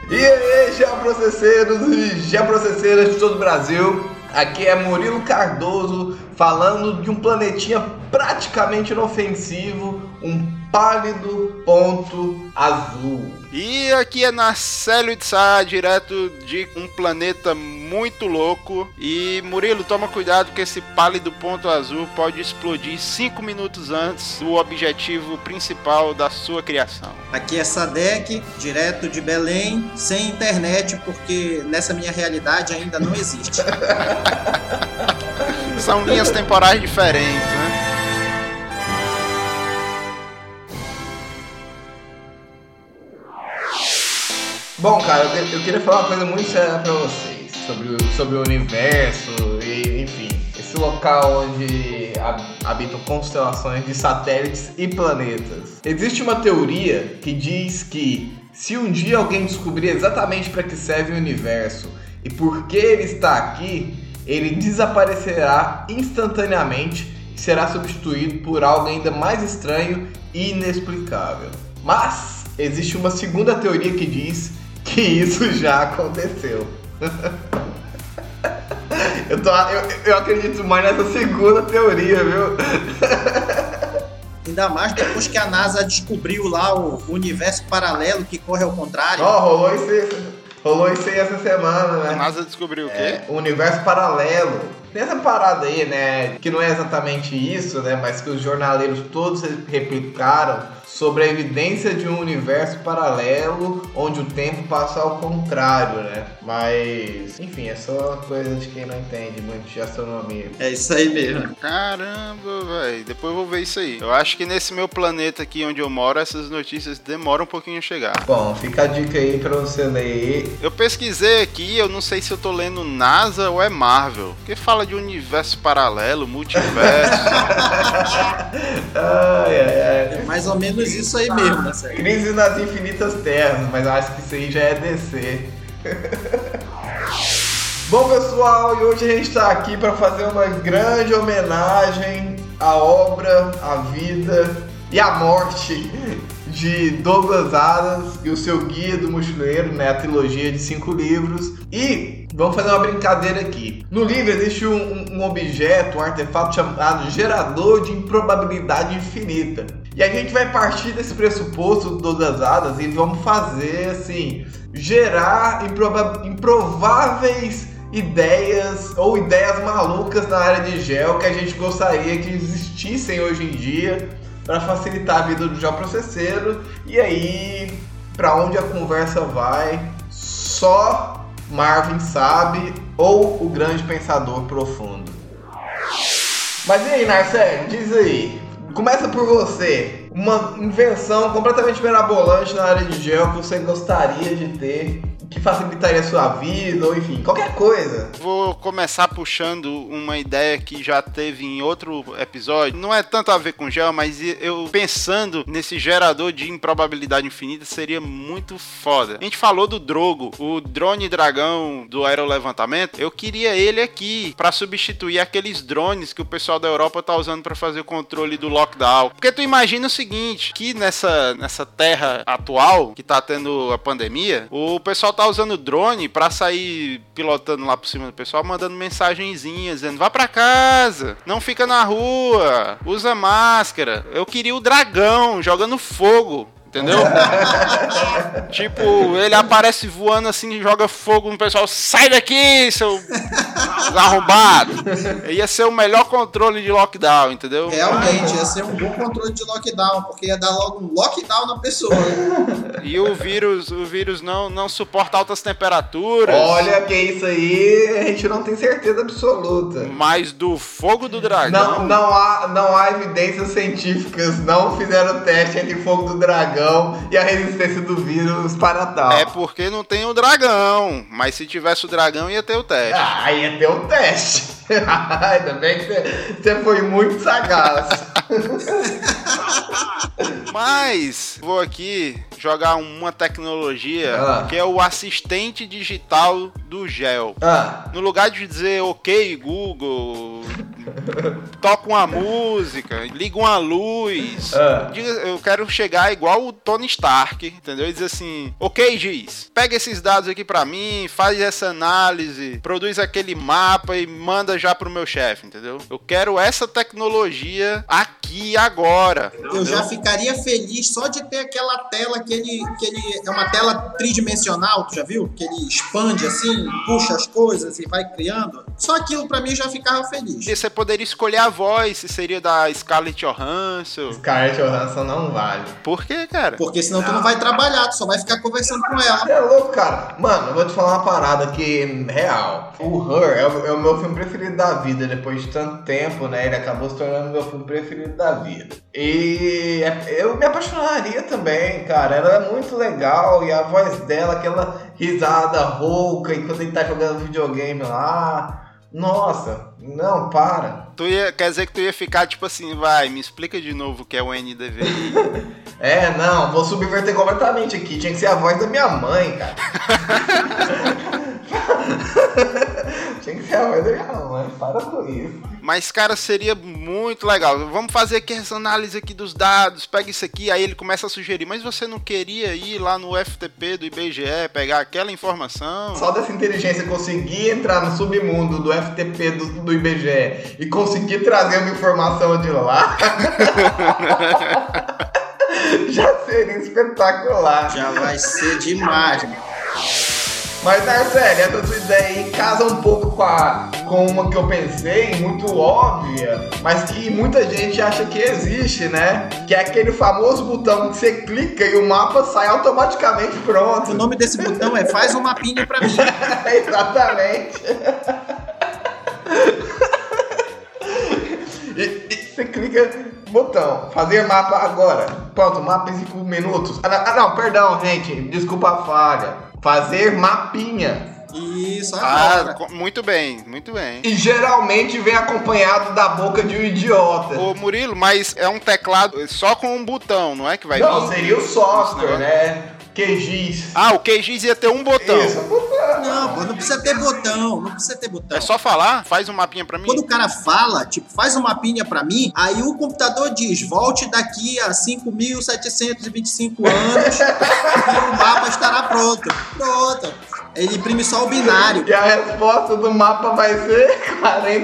E aí, geoprocesseiros e geoprocesseiras de todo o Brasil, aqui é Murilo Cardoso falando de um planetinha praticamente inofensivo, um pálido ponto azul. E aqui é Narcélio de Sá, direto de um planeta muito louco. E Murilo, toma cuidado que esse pálido ponto azul pode explodir 5 minutos antes do objetivo principal da sua criação. Aqui é Sadek, direto de Belém, sem internet, porque nessa minha realidade ainda não existe. São linhas temporais diferentes, né? Bom, cara, eu queria falar uma coisa muito séria pra vocês sobre o universo e, enfim, esse local onde habitam constelações de satélites e planetas. Existe uma teoria que diz que se um dia alguém descobrir exatamente para que serve o universo e por que ele está aqui, ele desaparecerá instantaneamente e será substituído por algo ainda mais estranho e inexplicável. Mas existe uma segunda teoria que diz que isso já aconteceu. Eu acredito mais nessa segunda teoria, viu? Ainda mais depois que a NASA descobriu lá o universo paralelo que corre ao contrário. Rolou isso aí essa semana, né? A NASA descobriu o quê? O universo paralelo. Tem essa parada aí, né? Que não é exatamente isso, né? Mas que os jornaleiros todos replicaram sobre a evidência de um universo paralelo onde o tempo passa ao contrário, né? Mas, enfim, é só coisa de quem não entende muito de astronomia. É isso aí mesmo. Caramba, velho. Depois eu vou ver isso aí. Eu acho que nesse meu planeta aqui onde eu moro, essas notícias demoram um pouquinho a chegar. Bom, fica a dica aí pra você ler. Eu pesquisei aqui, eu não sei se eu tô lendo NASA ou é Marvel. Porque fala de universo paralelo, multiverso. É mais ou menos isso aí mesmo, né, sério? Crise nas Infinitas Terras, mas eu acho que isso aí já é DC. Bom, pessoal, e hoje a gente está aqui para fazer uma grande homenagem à obra, à vida e à morte de Douglas Adams e o seu Guia do Mochileiro, né, a trilogia de 5 livros. E vamos fazer uma brincadeira aqui. No livro existe um objeto, um artefato chamado gerador de improbabilidade infinita. E a gente vai partir desse pressuposto do Douglas Adams e vamos fazer assim, gerar improváveis ideias ou ideias malucas na área de gel que a gente gostaria que existissem hoje em dia para facilitar a vida do geoprocesseiro. E aí, para onde a conversa vai, só Marvin sabe, ou o grande pensador profundo. Mas e aí, Narcélio, diz aí, começa por você, uma invenção completamente mirabolante na área de gel que você gostaria de ter, que facilitaria a sua vida, ou enfim, qualquer coisa. Vou começar puxando uma ideia que já teve em outro episódio. Não é tanto a ver com gel, mas eu pensando nesse gerador de improbabilidade infinita, seria muito foda. A gente falou do Drogo, o drone dragão do aerolevantamento. Eu queria ele aqui pra substituir aqueles drones que o pessoal da Europa tá usando pra fazer o controle do lockdown. Porque tu imagina o seguinte, que nessa terra atual, que tá tendo a pandemia, o pessoal tá usando drone pra sair pilotando lá por cima do pessoal, mandando mensagenzinhas, dizendo, vá pra casa, não fica na rua, usa máscara. Eu queria o dragão jogando fogo, entendeu? Tipo, ele aparece voando assim, joga fogo no pessoal, sai daqui, seu arrombado. Ia ser o melhor controle de lockdown, entendeu? Realmente, ia ser um bom controle de lockdown, porque ia dar logo um lockdown na pessoa. E o vírus não suporta altas temperaturas. Olha que isso aí, a gente não tem certeza absoluta. Mas do fogo do dragão... Não há evidências científicas, não fizeram teste entre fogo do dragão e a resistência do vírus para tal. É porque não tem o dragão, mas se tivesse o dragão ia ter o teste. Ah, ia ter o teste. Ainda bem que você foi muito sagaz. Mas vou aqui jogar uma tecnologia que é o assistente digital do GEL. No lugar de dizer ok, Google, toca uma música, liga uma luz, eu quero chegar igual o Tony Stark, entendeu? E dizer assim, ok, Giz, pega esses dados aqui pra mim, faz essa análise, produz aquele mapa e manda já pro meu chefe, entendeu? Eu quero essa tecnologia aqui agora. Eu já ficaria feliz só de ter aquela tela que ele é uma tela tridimensional, tu já viu? Que ele expande assim, puxa as coisas e vai criando. Só aquilo pra mim já ficava feliz. E você poderia escolher a voz, se seria da Scarlett Johansson. Scarlett Johansson não vale. Por quê, cara? Porque senão tu não vai trabalhar, tu só vai ficar conversando com ela. É louco, cara. Mano, eu vou te falar uma parada que real. O Her é o meu filme preferido da vida. Depois de tanto tempo, né? Ele acabou se tornando meu filme preferido da vida. E eu me apaixonaria também, cara. Ela é muito legal. E a voz dela, aquela risada rouca enquanto ele tá jogando videogame lá. Nossa, não, para. Quer dizer que tu ia ficar tipo assim, vai, me explica de novo o que é o NDVI. Não, vou subverter completamente aqui. Tinha que ser a voz da minha mãe, cara. Tinha que ser a voz da minha mãe, para com isso. Mas, cara, seria muito legal. Vamos fazer aqui essa análise aqui dos dados, pega isso aqui, aí ele começa a sugerir, mas você não queria ir lá no FTP do IBGE, pegar aquela informação? Só dessa inteligência conseguir entrar no submundo do FTP do IBGE e conseguir trazer uma informação de lá, já seria espetacular. Já vai ser demais, mano. Mas, Narcélio, essa sua ideia aí casa um pouco com uma que eu pensei, muito óbvia, mas que muita gente acha que existe, né? Que é aquele famoso botão que você clica e o mapa sai automaticamente pronto. O nome desse botão é Faz um Mapinha pra mim. Exatamente. E você clica, botão, fazer mapa agora. Pronto, mapa em 5 minutos. Não, perdão, gente, desculpa a falha. Fazer mapinha. Isso, agora. Muito bem, muito bem. E geralmente vem acompanhado da boca de um idiota. Ô Murilo, mas é um teclado só com um botão, não é que vai vir? Não, seria o software, né? QGIS. O QGIS ia ter um botão. Isso, não, pô, não precisa ter botão, não precisa ter botão. É só falar, faz um mapinha pra mim. Quando o cara fala, tipo, faz um mapinha pra mim, aí o computador diz, volte daqui a 5.725 anos e o mapa estará pronto. Pronto. Ele imprime só o binário. E a resposta do mapa vai ser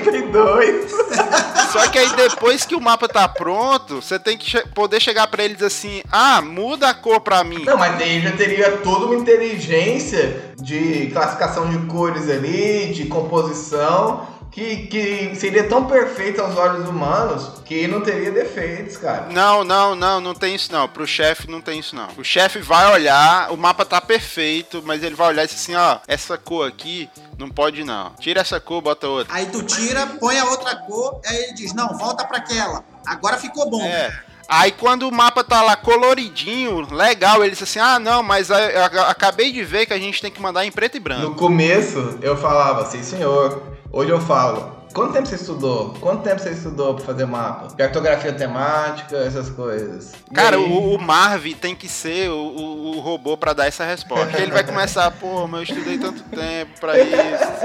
42. Só que aí depois que o mapa tá pronto, você tem que poder chegar pra eles assim, muda a cor pra mim. Não, mas aí já teria toda uma inteligência de classificação de cores ali, de composição, que seria tão perfeita aos olhos humanos que não teria defeitos, cara. Não tem isso não. Pro chefe não tem isso não. O chefe vai olhar, o mapa tá perfeito, mas ele vai olhar e diz assim, essa cor aqui não pode não. Tira essa cor, bota outra. Aí tu tira, põe a outra cor, aí ele diz, não, volta pra aquela. Agora ficou bom. Aí quando o mapa tá lá coloridinho, legal, ele diz assim, não, mas eu acabei de ver que a gente tem que mandar em preto e branco. No começo eu falava, sim senhor. Hoje eu falo, quanto tempo você estudou? Quanto tempo você estudou pra fazer mapa? Cartografia temática, essas coisas. Cara, o Marv tem que ser o robô pra dar essa resposta. Ele vai começar, mas eu estudei tanto tempo pra isso.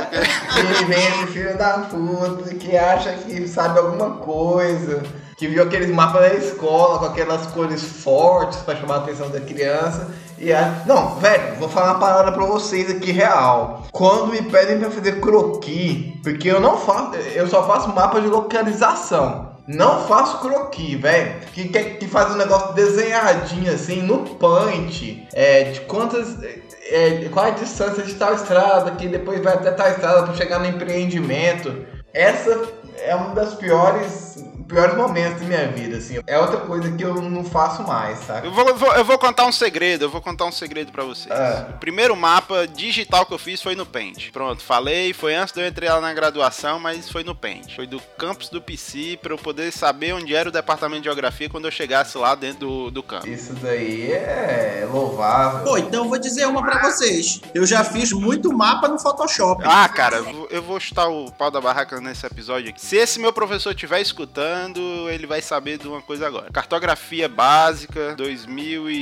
E vem esse filho da puta que acha que sabe alguma coisa, que viu aqueles mapas da escola com aquelas cores fortes pra chamar a atenção da criança. Não, velho, vou falar uma parada pra vocês aqui real. Quando me pedem pra fazer croquis, porque eu só faço mapa de localização. Não faço croquis, velho. Que faz um negócio desenhadinho assim no Paint. De quantas. Qual é a distância de tal estrada, que depois vai até tal estrada pra chegar no empreendimento. Essa é um dos piores momentos da minha vida, assim. É outra coisa que eu não faço mais, sabe? Eu vou contar um segredo, pra vocês. O primeiro mapa digital que eu fiz foi no Paint. Pronto, falei, foi antes de eu entrar lá na graduação, mas foi no Paint. Foi do campus do PC, pra eu poder saber onde era o departamento de geografia quando eu chegasse lá dentro do campus. Isso daí é louvável. Pô, então eu vou dizer uma pra vocês. Eu já fiz muito mapa no Photoshop. Cara, eu vou chutar o pau da barraca nesse episódio aqui. Se esse meu professor estiver escutando, ele vai saber de uma coisa agora. Cartografia básica, 2009,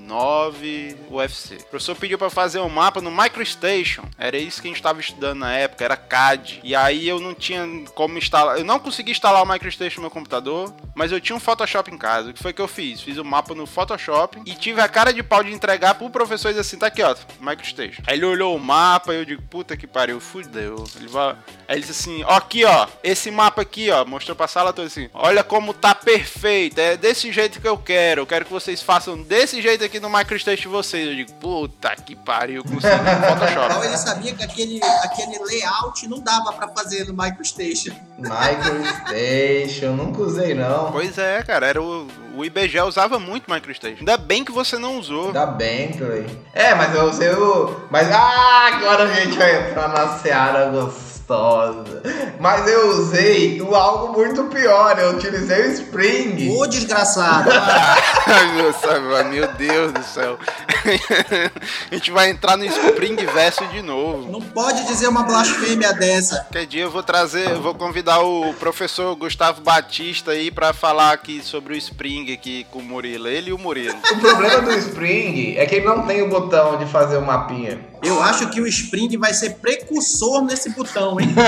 9 UFC. O professor pediu pra fazer um mapa no MicroStation. Era isso que a gente tava estudando na época, era CAD. E aí eu não tinha como instalar, eu não consegui instalar o MicroStation no meu computador, mas eu tinha um Photoshop em casa. O que foi que eu fiz? Fiz o mapa no Photoshop e tive a cara de pau de entregar pro professor e dizer assim, tá aqui, ó, MicroStation. Aí ele olhou o mapa e eu digo, puta que pariu, fudeu. Aí ele disse assim, ó, aqui, ó, esse mapa aqui, ó, mostrou pra sala toda assim, olha como tá perfeito, é desse jeito que eu quero que vocês façam desse jeito aqui no MicroStation de vocês. Eu digo, puta que pariu, consegui no Photoshop. Então ele sabia que aquele layout não dava pra fazer no MicroStation. MicroStation, nunca usei não. Pois é, cara, era o IBGE usava muito MicroStation. Ainda bem que você não usou. Ainda bem, Clay. Mas eu usei o... Mas agora a gente vai entrar na seara gostosa. Mas eu usei algo muito pior. Eu utilizei o Spring. Ô, desgraçado. Meu Deus do céu. A gente vai entrar no Spring Verso de novo. Não pode dizer uma blasfêmia dessa. Qualquer dia eu vou convidar o professor Gustavo Batista aí pra falar aqui sobre o Spring aqui com o Murilo. Ele e o Murilo. O problema do Spring é que ele não tem o botão de fazer o mapinha. Eu acho que o Spring vai ser precursor nesse botão, hein?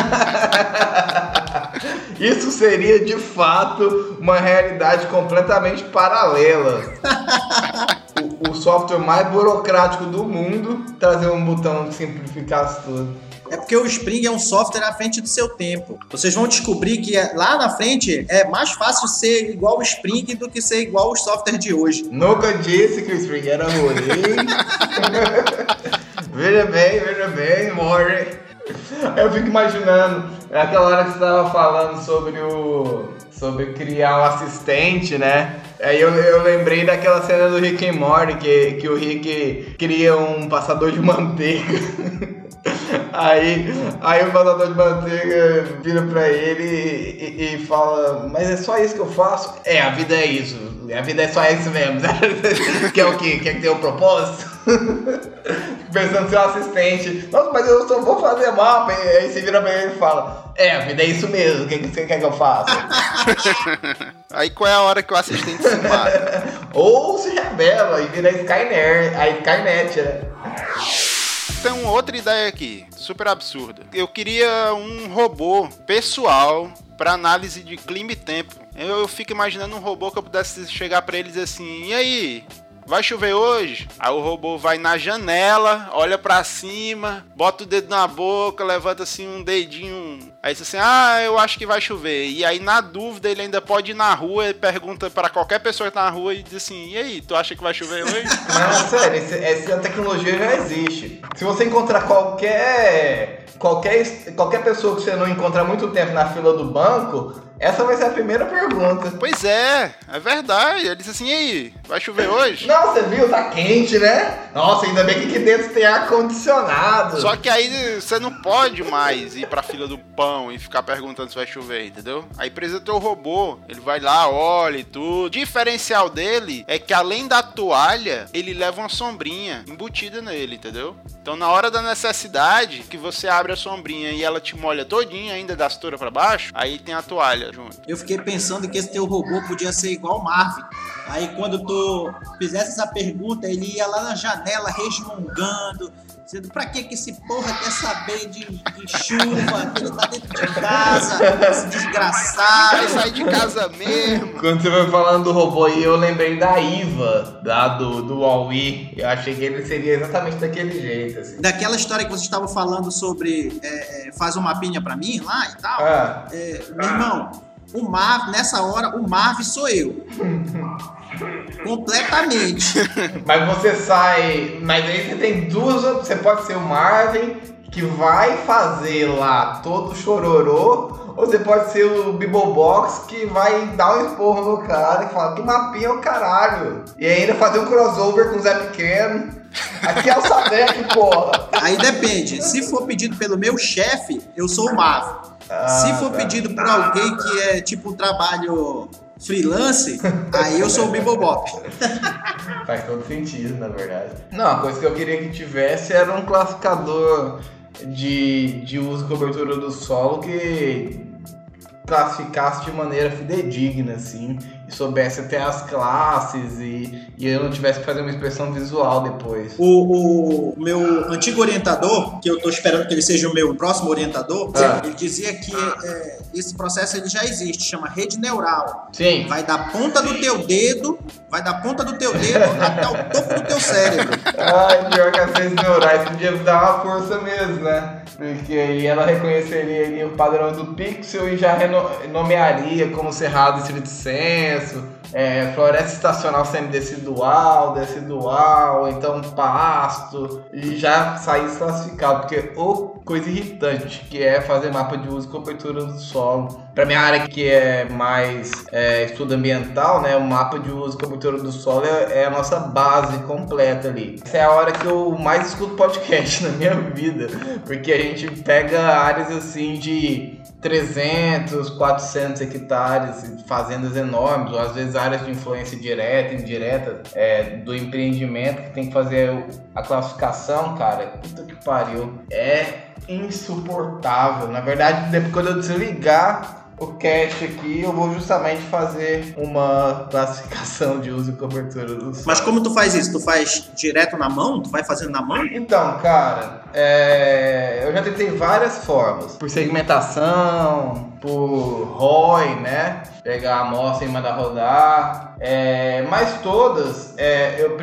Isso seria, de fato, uma realidade completamente paralela. O software mais burocrático do mundo trazer um botão que simplificasse tudo. É porque o Spring é um software à frente do seu tempo. Vocês vão descobrir que lá na frente é mais fácil ser igual o Spring do que ser igual o software de hoje. Nunca disse que o Spring era ruim. Veja bem, Mori. Eu fico imaginando, aquela hora que você estava falando sobre criar um assistente, né? Aí eu lembrei daquela cena do Rick and Morty, que o Rick cria um passador de manteiga. Aí o passador de manteiga vira pra ele e fala, mas é só isso que eu faço? A vida é isso. A vida é só isso mesmo. Quer o quê? Quer que tenha um propósito? Pensando ser um assistente. Nossa, mas eu só vou fazer mapa. E aí você vira pra ele e fala, a vida é isso mesmo. O que você quer que eu faça? Aí qual é a hora que o assistente se mata? Ou se rebela e vira Skynet, né? Tem uma outra ideia aqui, super absurda. Eu queria um robô pessoal para análise de clima e tempo. Eu fico imaginando um robô que eu pudesse chegar para ele e dizer assim, e aí, vai chover hoje? Aí o robô vai na janela, olha pra cima, bota o dedo na boca, levanta assim um dedinho. Aí diz assim, eu acho que vai chover. E aí na dúvida ele ainda pode ir na rua e pergunta pra qualquer pessoa que tá na rua e diz assim, e aí, tu acha que vai chover hoje? Não, sério, essa tecnologia já existe. Se você encontrar qualquer pessoa que você não encontra há muito tempo na fila do banco, essa vai ser a primeira pergunta. Pois é verdade. Ele disse assim, e aí, vai chover hoje? Não, você viu, tá quente, né? Nossa, ainda bem que aqui dentro tem ar-condicionado. Só que aí você não pode mais ir pra fila do pão e ficar perguntando se vai chover, entendeu? Aí precisa ter o robô, ele vai lá, olha e tudo. O diferencial dele é que além da toalha, ele leva uma sombrinha embutida nele, entendeu? Então na hora da necessidade, que você abre a sombrinha e ela te molha todinha, ainda da cintura pra baixo, aí tem a toalha junto. Eu fiquei pensando que esse teu robô podia ser igual o Marvin. Aí quando tu fizesse essa pergunta, ele ia lá na janela resmungando, dizendo, pra que esse porra quer saber de chuva, que ele tá dentro de casa, esse desgraçado. Vai sair de casa mesmo. Quando você foi falando do robô aí, eu lembrei da Iva, lá do Huawei. Eu achei que ele seria exatamente daquele jeito, assim. Daquela história que vocês estavam falando sobre faz uma mapinha pra mim lá e tal. Meu irmão, o Marvin, nessa hora, o Marvin sou eu. Completamente. Mas você sai. Mas aí você tem duas. Você pode ser o Marvin, que vai fazer lá todo o chororô. Ou você pode ser o Bibobox, que vai dar um esporro no cara e falar que mapinha é o caralho. E ainda fazer um crossover com o Zé Pequeno. Aqui é o Sadek, porra. Aí depende. Se for pedido pelo meu chefe, eu sou o Marvin. Se for pedido por alguém que é tipo um trabalho freelance, aí eu sou o Bibobop. Faz todo sentido, na verdade. Não, a coisa que eu queria que tivesse era um classificador de uso e cobertura do solo que classificasse de maneira fidedigna, assim. soubesse até as classes e eu não tivesse que fazer uma expressão visual depois. O meu antigo orientador, que eu tô esperando que ele seja o meu próximo orientador, ele dizia que esse processo ele já existe, chama rede neural. Sim. Vai da ponta do teu dedo até o topo do teu cérebro. Ai, pior que as redes neurais podia dar uma força mesmo, né? Porque aí ela reconheceria ali o padrão do pixel e já nomearia como cerrado estrito senso, floresta estacional semidecidual, decidual, então pasto, e já sair classificado, porque coisa irritante que é fazer mapa de uso e cobertura do solo. Para minha área que é mais estudo ambiental, né, o mapa de uso e cobertura do solo é a nossa base completa ali. Essa é a hora que eu mais escuto podcast na minha vida, porque a gente pega áreas assim de 300, 400 hectares, fazendas enormes, ou às vezes áreas de influência direta e indireta do empreendimento, que tem que fazer a classificação, cara, puta que pariu, é insuportável. Na verdade, depois quando eu desligar o cache aqui, eu vou justamente fazer uma classificação de uso e cobertura do solo. Mas como tu faz isso? Tu faz direto na mão? Tu vai fazendo na mão? Então, cara, eu já tentei várias formas. Por segmentação, por ROI, né? Pegar a amostra e mandar rodar. Mas todas eu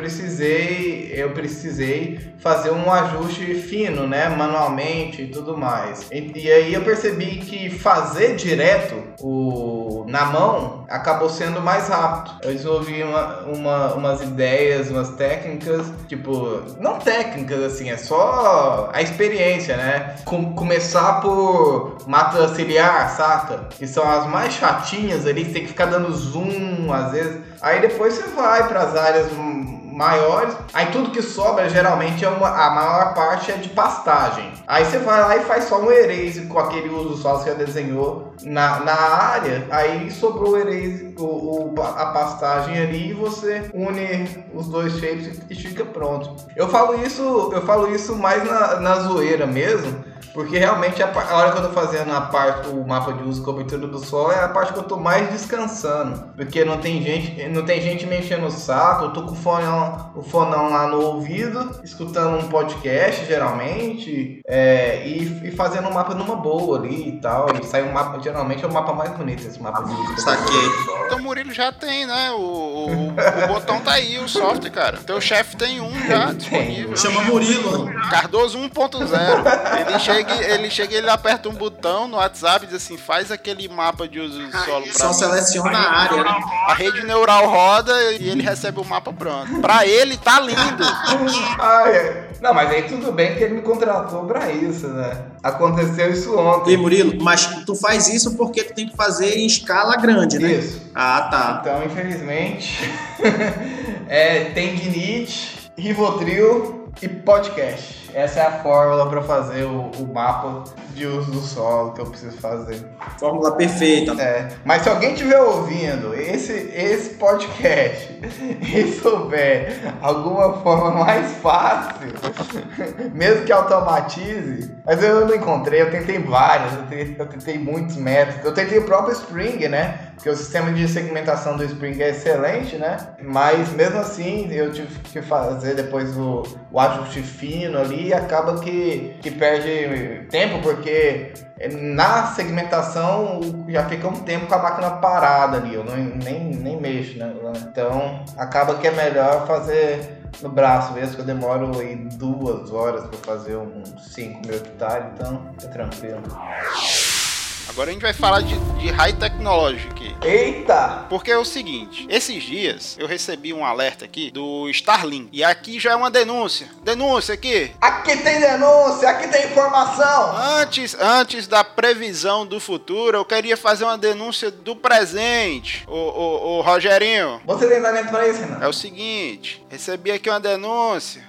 precisei fazer um ajuste fino, né? Manualmente e tudo mais. E aí eu percebi que fazer direto na mão acabou sendo mais rápido. Eu desenvolvi umas ideias, umas técnicas, tipo, não técnicas assim, é só a experiência, né? Começar por mata ciliar, saca? Que são as mais chatinhas ali, você tem que ficar dando zoom às vezes. Aí depois você vai para as áreas maiores, aí tudo que sobra geralmente a maior parte é de pastagem. Aí você vai lá e faz só um erase com aquele uso solo que você já desenhou na área, aí sobrou o erase, a pastagem ali, e você une os dois shapes e fica pronto. Eu falo isso mais na zoeira mesmo, porque realmente a hora que eu tô fazendo o mapa de uso e cobertura do solo é a parte que eu tô mais descansando, porque não tem gente me enchendo o saco, eu tô com o fonão lá no ouvido, escutando um podcast geralmente, e fazendo um mapa numa boa ali e tal, e sai um mapa, geralmente é o mapa mais bonito, esse mapa de uso. Saquei. Então o Murilo já tem, né? O botão tá aí, o software, cara. Teu chefe tem um já disponível. Chama Murilo, né? Cardoso 1.0. Ele chega e ele aperta um botão no WhatsApp e diz assim, faz aquele mapa de uso de solo pra Só mim. seleciona a área, né? A rede neural roda e ele recebe o mapa pronto. Pra ele tá lindo. Não, mas aí tudo bem que ele me contratou pra isso, né? Aconteceu isso ontem. E Murilo, mas tu faz isso porque tu tem que fazer em escala grande, né? Isso. Ah, tá. Então, infelizmente, tendinite, Rivotril e podcast. Essa é a fórmula para fazer o mapa de uso do solo que eu preciso fazer. Fórmula perfeita. Mas se alguém estiver ouvindo esse podcast e souber alguma forma mais fácil, mesmo que automatize, mas eu não encontrei, eu tentei várias, eu tentei muitos métodos, eu tentei o próprio Spring, né? Porque o sistema de segmentação do Spring é excelente, né? Mas mesmo assim eu tive que fazer depois o ajuste fino ali e acaba que perde tempo, porque na segmentação já fica um tempo com a máquina parada ali, eu nem mexo, né? Então acaba que é melhor fazer no braço mesmo, que eu demoro aí 2 horas para fazer uns 5.000 hectares, então é tranquilo. Agora a gente vai falar de high technology aqui. Eita! Porque é o seguinte, esses dias eu recebi um alerta aqui do Starlink. E aqui já é uma denúncia. Denúncia aqui. Aqui tem denúncia, aqui tem informação. Antes da previsão do futuro, eu queria fazer uma denúncia do presente. Ô Rogerinho. Você tem talento pra isso, Renan? É o seguinte, recebi aqui uma denúncia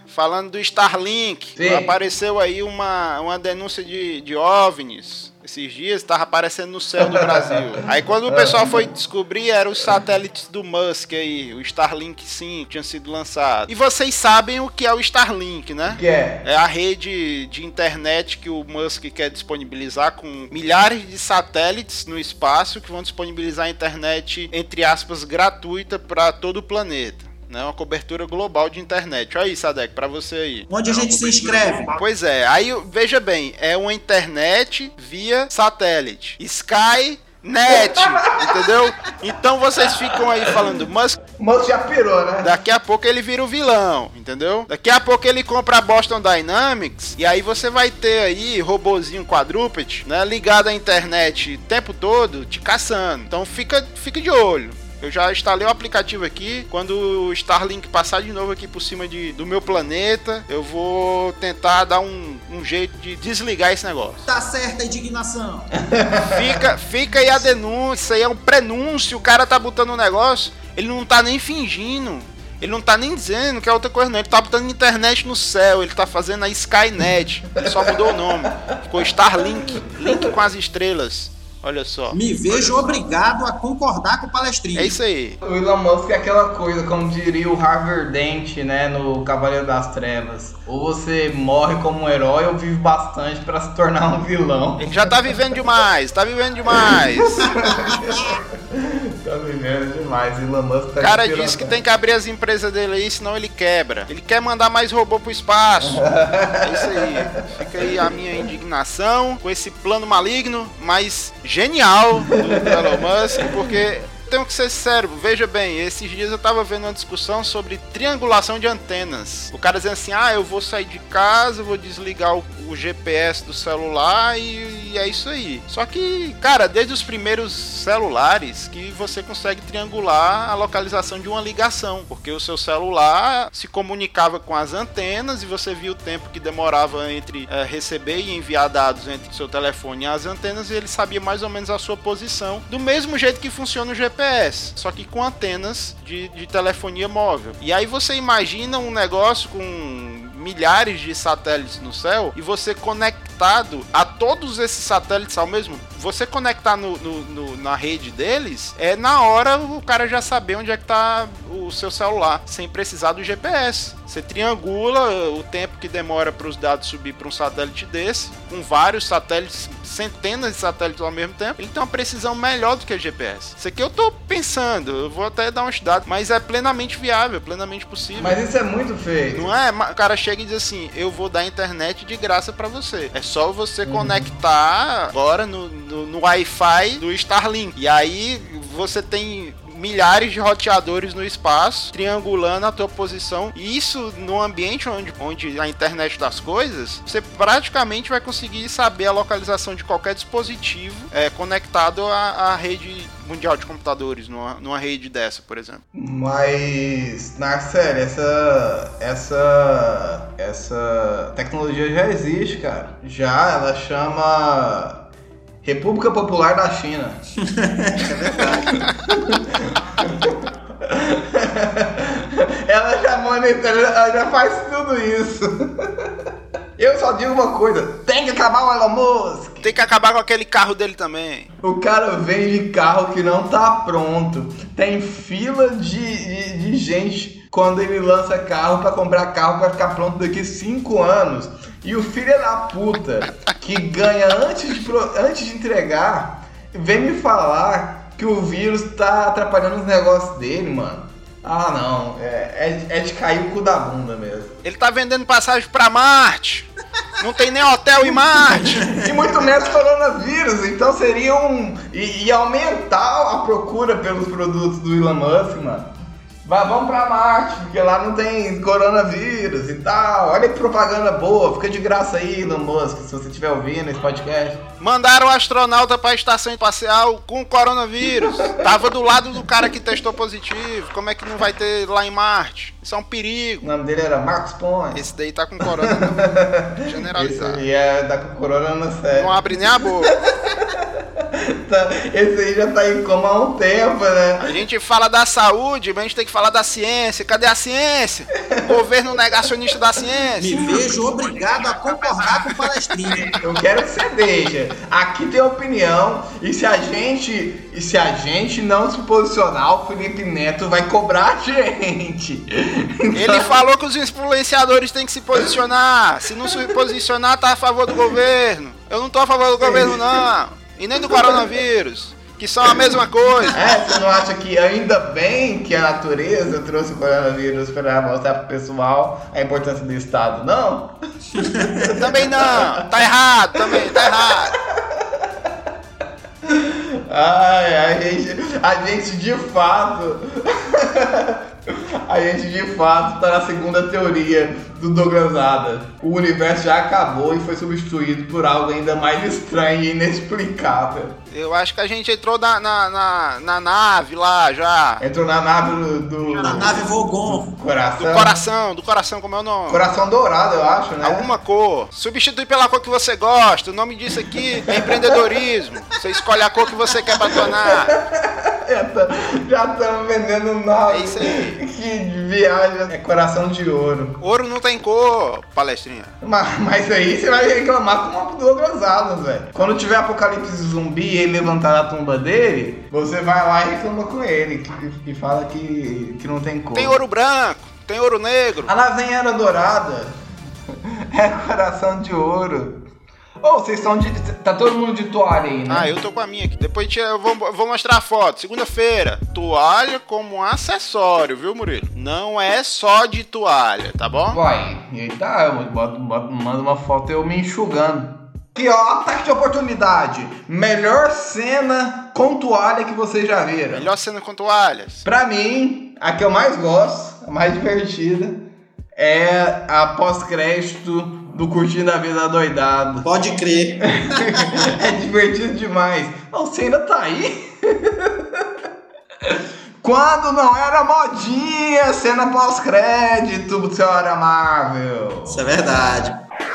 falando do Starlink. Sim. Apareceu aí uma denúncia de OVNIs. Esses dias tava aparecendo no céu do Brasil. Aí quando o pessoal foi descobrir, eram os satélites do Musk aí, o Starlink 5 tinha sido lançado. E vocês sabem o que é o Starlink, né? O que é? É a rede de internet que o Musk quer disponibilizar com milhares de satélites no espaço que vão disponibilizar a internet, entre aspas, gratuita para todo o planeta. Né, uma cobertura global de internet. Olha aí, Sadek, pra você aí. Onde a gente se inscreve? Pois é, aí veja bem, é uma internet via satélite. Skynet, entendeu? Então vocês ficam aí falando, Musk Já pirou, né? daqui a pouco ele vira o vilão, entendeu? Daqui a pouco ele compra a Boston Dynamics e aí você vai ter aí robozinho quadrúpede, né, ligado à internet o tempo todo, te caçando. Então fica de olho. Eu já instalei o aplicativo aqui. Quando o Starlink passar de novo aqui por cima do meu planeta, eu vou tentar dar um jeito de desligar esse negócio. Tá certa a indignação. Fica aí a denúncia. Isso aí é um prenúncio. O cara tá botando um negócio, ele não tá nem fingindo. Ele não tá nem dizendo que é outra coisa, não. Ele tá botando internet no céu. Ele tá fazendo a Skynet. Ele só mudou o nome. Ficou Starlink. Link com as estrelas. Olha só. Me vejo obrigado a concordar com o palestrinho. É isso aí. O Elon Musk é aquela coisa, como diria o Harvey Dent, né, no Cavaleiro das Trevas. Ou você morre como um herói ou vive bastante pra se tornar um vilão. Ele já tá vivendo demais, tá vivendo demais. Tá vivendo demais, Elon Musk tá O cara inspirando. disse que tem que abrir as empresas dele aí, senão ele quebra. Ele quer mandar mais robô pro espaço. É isso aí. Fica aí a minha indignação com esse plano maligno, mas genial do Elon Musk, porque tenho que ser sério, veja bem, esses dias eu tava vendo uma discussão sobre triangulação de antenas. O cara dizendo assim, eu vou sair de casa, vou desligar o GPS do celular e é isso aí. Só que, cara, desde os primeiros celulares que você consegue triangular a localização de uma ligação, porque o seu celular se comunicava com as antenas e você via o tempo que demorava entre receber e enviar dados entre o seu telefone e as antenas, e ele sabia mais ou menos a sua posição, do mesmo jeito que funciona o GPS. Só que com antenas de telefonia móvel. E aí você imagina um negócio com milhares de satélites no céu e você conectado a todos esses satélites ao mesmo tempo. Você conectar na rede deles, na hora o cara já saber onde é que tá o seu celular, sem precisar do GPS. Você triangula o tempo que demora para os dados subir para um satélite desse, com vários satélites, centenas de satélites ao mesmo tempo. Ele tem uma precisão melhor do que o GPS. Isso aqui eu tô pensando, eu vou até dar uma estudada, mas é plenamente viável, plenamente possível. Mas isso é muito feio. Não é? O cara chega e diz assim, eu vou dar internet de graça para você. É só você conectar agora no Wi-Fi do Starlink. E aí você tem milhares de roteadores no espaço, triangulando a tua posição. E isso num ambiente onde a internet das coisas, você praticamente vai conseguir saber a localização de qualquer dispositivo conectado à rede mundial de computadores, numa rede dessa, por exemplo. Mas, na série, essa tecnologia já existe, cara. Ela chama República Popular da China. É verdade. Ela já monitora, ela já faz tudo isso. Eu só digo uma coisa, tem que acabar o Elon Musk. Tem que acabar com aquele carro dele também. O cara vende carro que não tá pronto. Tem fila de gente quando ele lança carro pra comprar carro pra ficar pronto daqui 5 anos. E o filho da puta que ganha antes de entregar, vem me falar que o vírus tá atrapalhando os negócios dele, mano. Ah, não. É de cair o cu da bunda mesmo. Ele tá vendendo passagem pra Marte. Não tem nem hotel em Marte. E muito menos coronavírus. Então seria ia aumentar a procura pelos produtos do Elon Musk, mano. Vamos pra Marte, porque lá não tem coronavírus e tal. Olha que propaganda boa. Fica de graça aí, Elon Musk, se você estiver ouvindo esse podcast. Mandaram o astronauta pra estação espacial com coronavírus. Tava do lado do cara que testou positivo. Como é que não vai ter lá em Marte? Isso é um perigo. O nome dele era Marcos Ponce. Esse daí tá com corona generalizado. Esse tá com corona no cérebro. Não abre nem a boca. Esse aí já tá em coma há um tempo, né? A gente fala da saúde, mas a gente tem que falar da ciência. Cadê a ciência? Governo negacionista da ciência. Me vejo obrigado a concordar com o Palestrinha. Eu quero que você veja. Aqui tem opinião. E se a gente não se posicionar, o Felipe Neto vai cobrar a gente. Ele falou que os influenciadores têm que se posicionar. Se não se posicionar, tá a favor do governo. Eu não tô a favor do governo, não. E nem do coronavírus, que são a mesma coisa. Você não acha que ainda bem que a natureza trouxe o coronavírus para mostrar pro pessoal a importância do Estado, não? Também não. Tá errado, também, tá errado. A gente de fato. A gente de fato tá na segunda teoria do Douglas Adams. O universo já acabou e foi substituído por algo ainda mais estranho e inexplicável. Eu acho que a gente entrou na nave lá já. Entrou na nave Na nave Vogon. Do coração, como é o nome? Coração dourado, eu acho, né? Alguma cor. Substitui pela cor que você gosta. O nome disso aqui é empreendedorismo. Você escolhe a cor que você quer patronar. Já estamos vendendo nove. É isso aí. Que viagem. É coração de ouro. Ouro não tem cor, Palestrinha. Mas aí você vai reclamar com o Douglas Adams, velho. Quando tiver apocalipse zumbi e ele levantar a tumba dele, você vai lá e reclama com ele. E fala que não tem cor. Tem ouro branco, tem ouro negro. A nave era dourada. É coração de ouro. Vocês estão de... Tá todo mundo de toalha aí, né? Eu tô com a minha aqui. Depois eu vou mostrar a foto. Segunda-feira. Toalha como acessório, viu, Murilo? Não é só de toalha, tá bom? Vai. E aí tá, eu mando uma foto eu me enxugando. Aqui, ó, ataque de oportunidade. Melhor cena com toalha que vocês já viram. Melhor cena com toalhas. Pra mim, a que eu mais gosto, a mais divertida, é a pós-crédito do Curtindo a Vida Doidado. Pode crer. É divertido demais. Você ainda tá aí? Quando não era modinha, cena pós-crédito, senhora Marvel. Isso é verdade.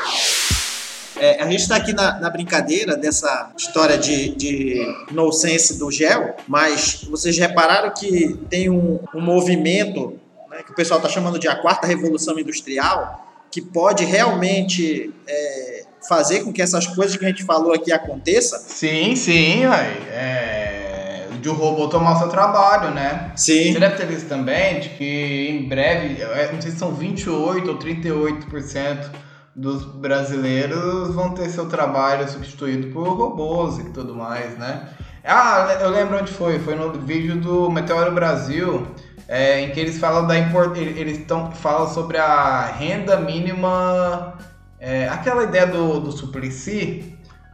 A gente tá aqui na brincadeira dessa história de nonsense do gel, mas vocês repararam que tem um movimento, né, que o pessoal tá chamando de a quarta revolução industrial, que pode realmente fazer com que essas coisas que a gente falou aqui aconteçam? Sim, de o robô tomar o seu trabalho, né? Sim. Você deve ter visto também de que em breve, não sei se são 28% ou 38% dos brasileiros vão ter seu trabalho substituído por robôs e tudo mais, né? Eu lembro onde foi no vídeo do Meteoro Brasil, em que eles falam falam sobre a renda mínima, aquela ideia do Suplicy,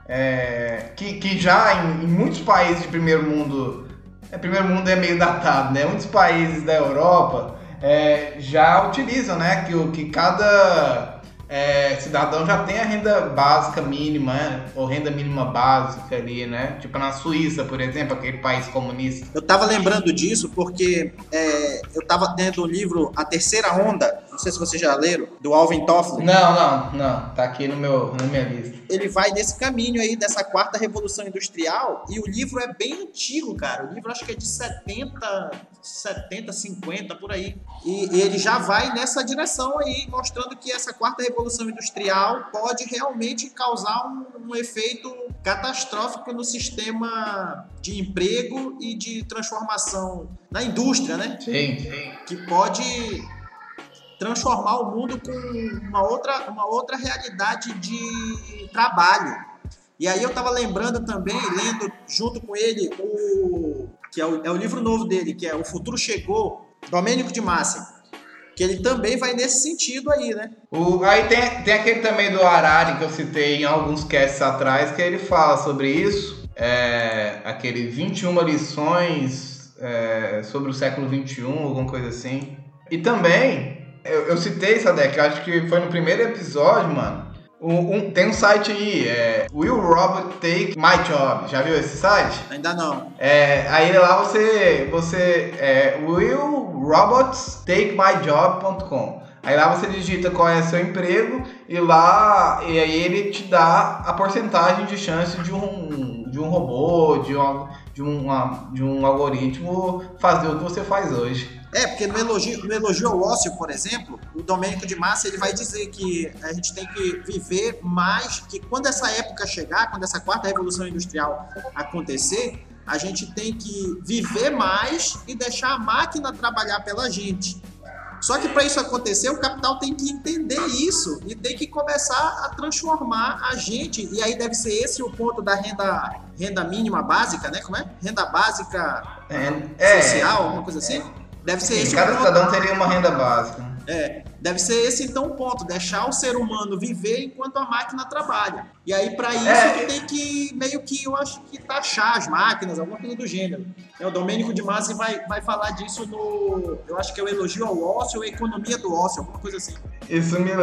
que já em muitos países de primeiro mundo é meio datado, né? Muitos países da Europa já utilizam, né? Que cada cidadão já tem a renda básica mínima, ou renda mínima básica ali, né? Tipo na Suíça, por exemplo, aquele país comunista. Eu tava lembrando disso porque eu tava lendo o livro A Terceira Onda, não sei se vocês já leram, do Alvin Toffler. Não, tá aqui na minha lista. Ele vai nesse caminho aí dessa quarta revolução industrial e o livro é bem antigo, cara. O livro acho que é de 70, 50, por aí. E ele já vai nessa direção aí, mostrando que essa quarta revolução industrial pode realmente causar um efeito catastrófico no sistema de emprego e de transformação na indústria, né? Sim. Que pode transformar o mundo com uma outra realidade de trabalho. E aí eu estava lembrando também, lendo junto com ele que é o livro novo dele, que é O Futuro Chegou, Domênico de Massa, que ele também vai nesse sentido aí, né? Aí tem aquele também do Harari que eu citei em alguns casts atrás, que ele fala sobre isso, aquele 21 lições sobre o século XXI, alguma coisa assim. E também, eu citei, Sadek, acho que foi no primeiro episódio, mano. Tem um site aí, Will Robot Take My Job? Já viu esse site? Ainda não. Aí lá você Will Robots Take My Job.com. Aí lá você digita qual é seu emprego e aí ele te dá a porcentagem de chance de um robô, de um algoritmo fazer o que você faz hoje. Porque no elogio ao ócio, por exemplo, o Domênico de Massa ele vai dizer que a gente tem que viver mais, que quando essa época chegar, quando essa quarta revolução industrial acontecer, a gente tem que viver mais e deixar a máquina trabalhar pela gente. Só que para isso acontecer, o capital tem que entender isso e tem que começar a transformar a gente. E aí deve ser esse o ponto da renda mínima básica, né? Como é? Renda básica social, alguma coisa assim? Deve ser esse cada o ponto. cidadão teria uma renda básica. Deve ser esse então o ponto, deixar o ser humano viver enquanto a máquina trabalha. E aí para isso tem que meio que, eu acho que taxar as máquinas, alguma coisa do gênero. O Domênico de Massa vai falar disso eu acho que é o elogio ao ócio, ou a economia do ócio, alguma coisa assim. Isso me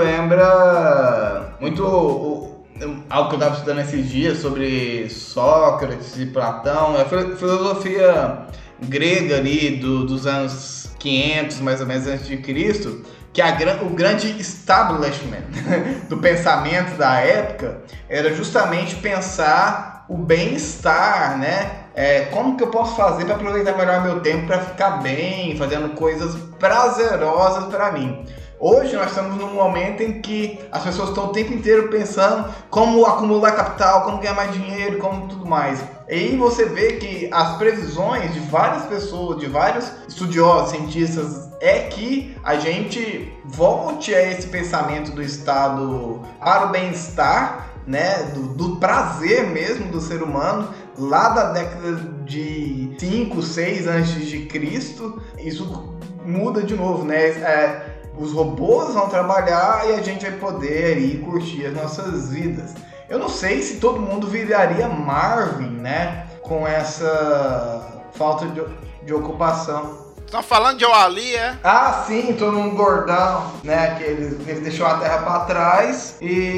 lembra muito algo que eu estava estudando esses dias sobre Sócrates e Platão, a filosofia grega ali dos anos 500, mais ou menos, antes de Cristo, que o grande establishment do pensamento da época era justamente pensar o bem-estar, né? Como que eu posso fazer para aproveitar melhor meu tempo, para ficar bem, fazendo coisas prazerosas para mim. Hoje nós estamos num momento em que as pessoas estão o tempo inteiro pensando como acumular capital, como ganhar mais dinheiro, como tudo mais. E aí você vê que as previsões de várias pessoas, de vários estudiosos, cientistas, é que a gente volte a esse pensamento do Estado para o bem-estar, né, do prazer mesmo do ser humano, lá da década de 5, 6 antes de Cristo. Isso muda de novo, né? Os robôs vão trabalhar e a gente vai poder aí curtir as nossas vidas. Eu não sei se todo mundo viraria Marvin, né? Com essa falta de ocupação. Estão falando de Wall-E, Ah, sim, todo mundo gordão, né? Que eles deixou a terra pra trás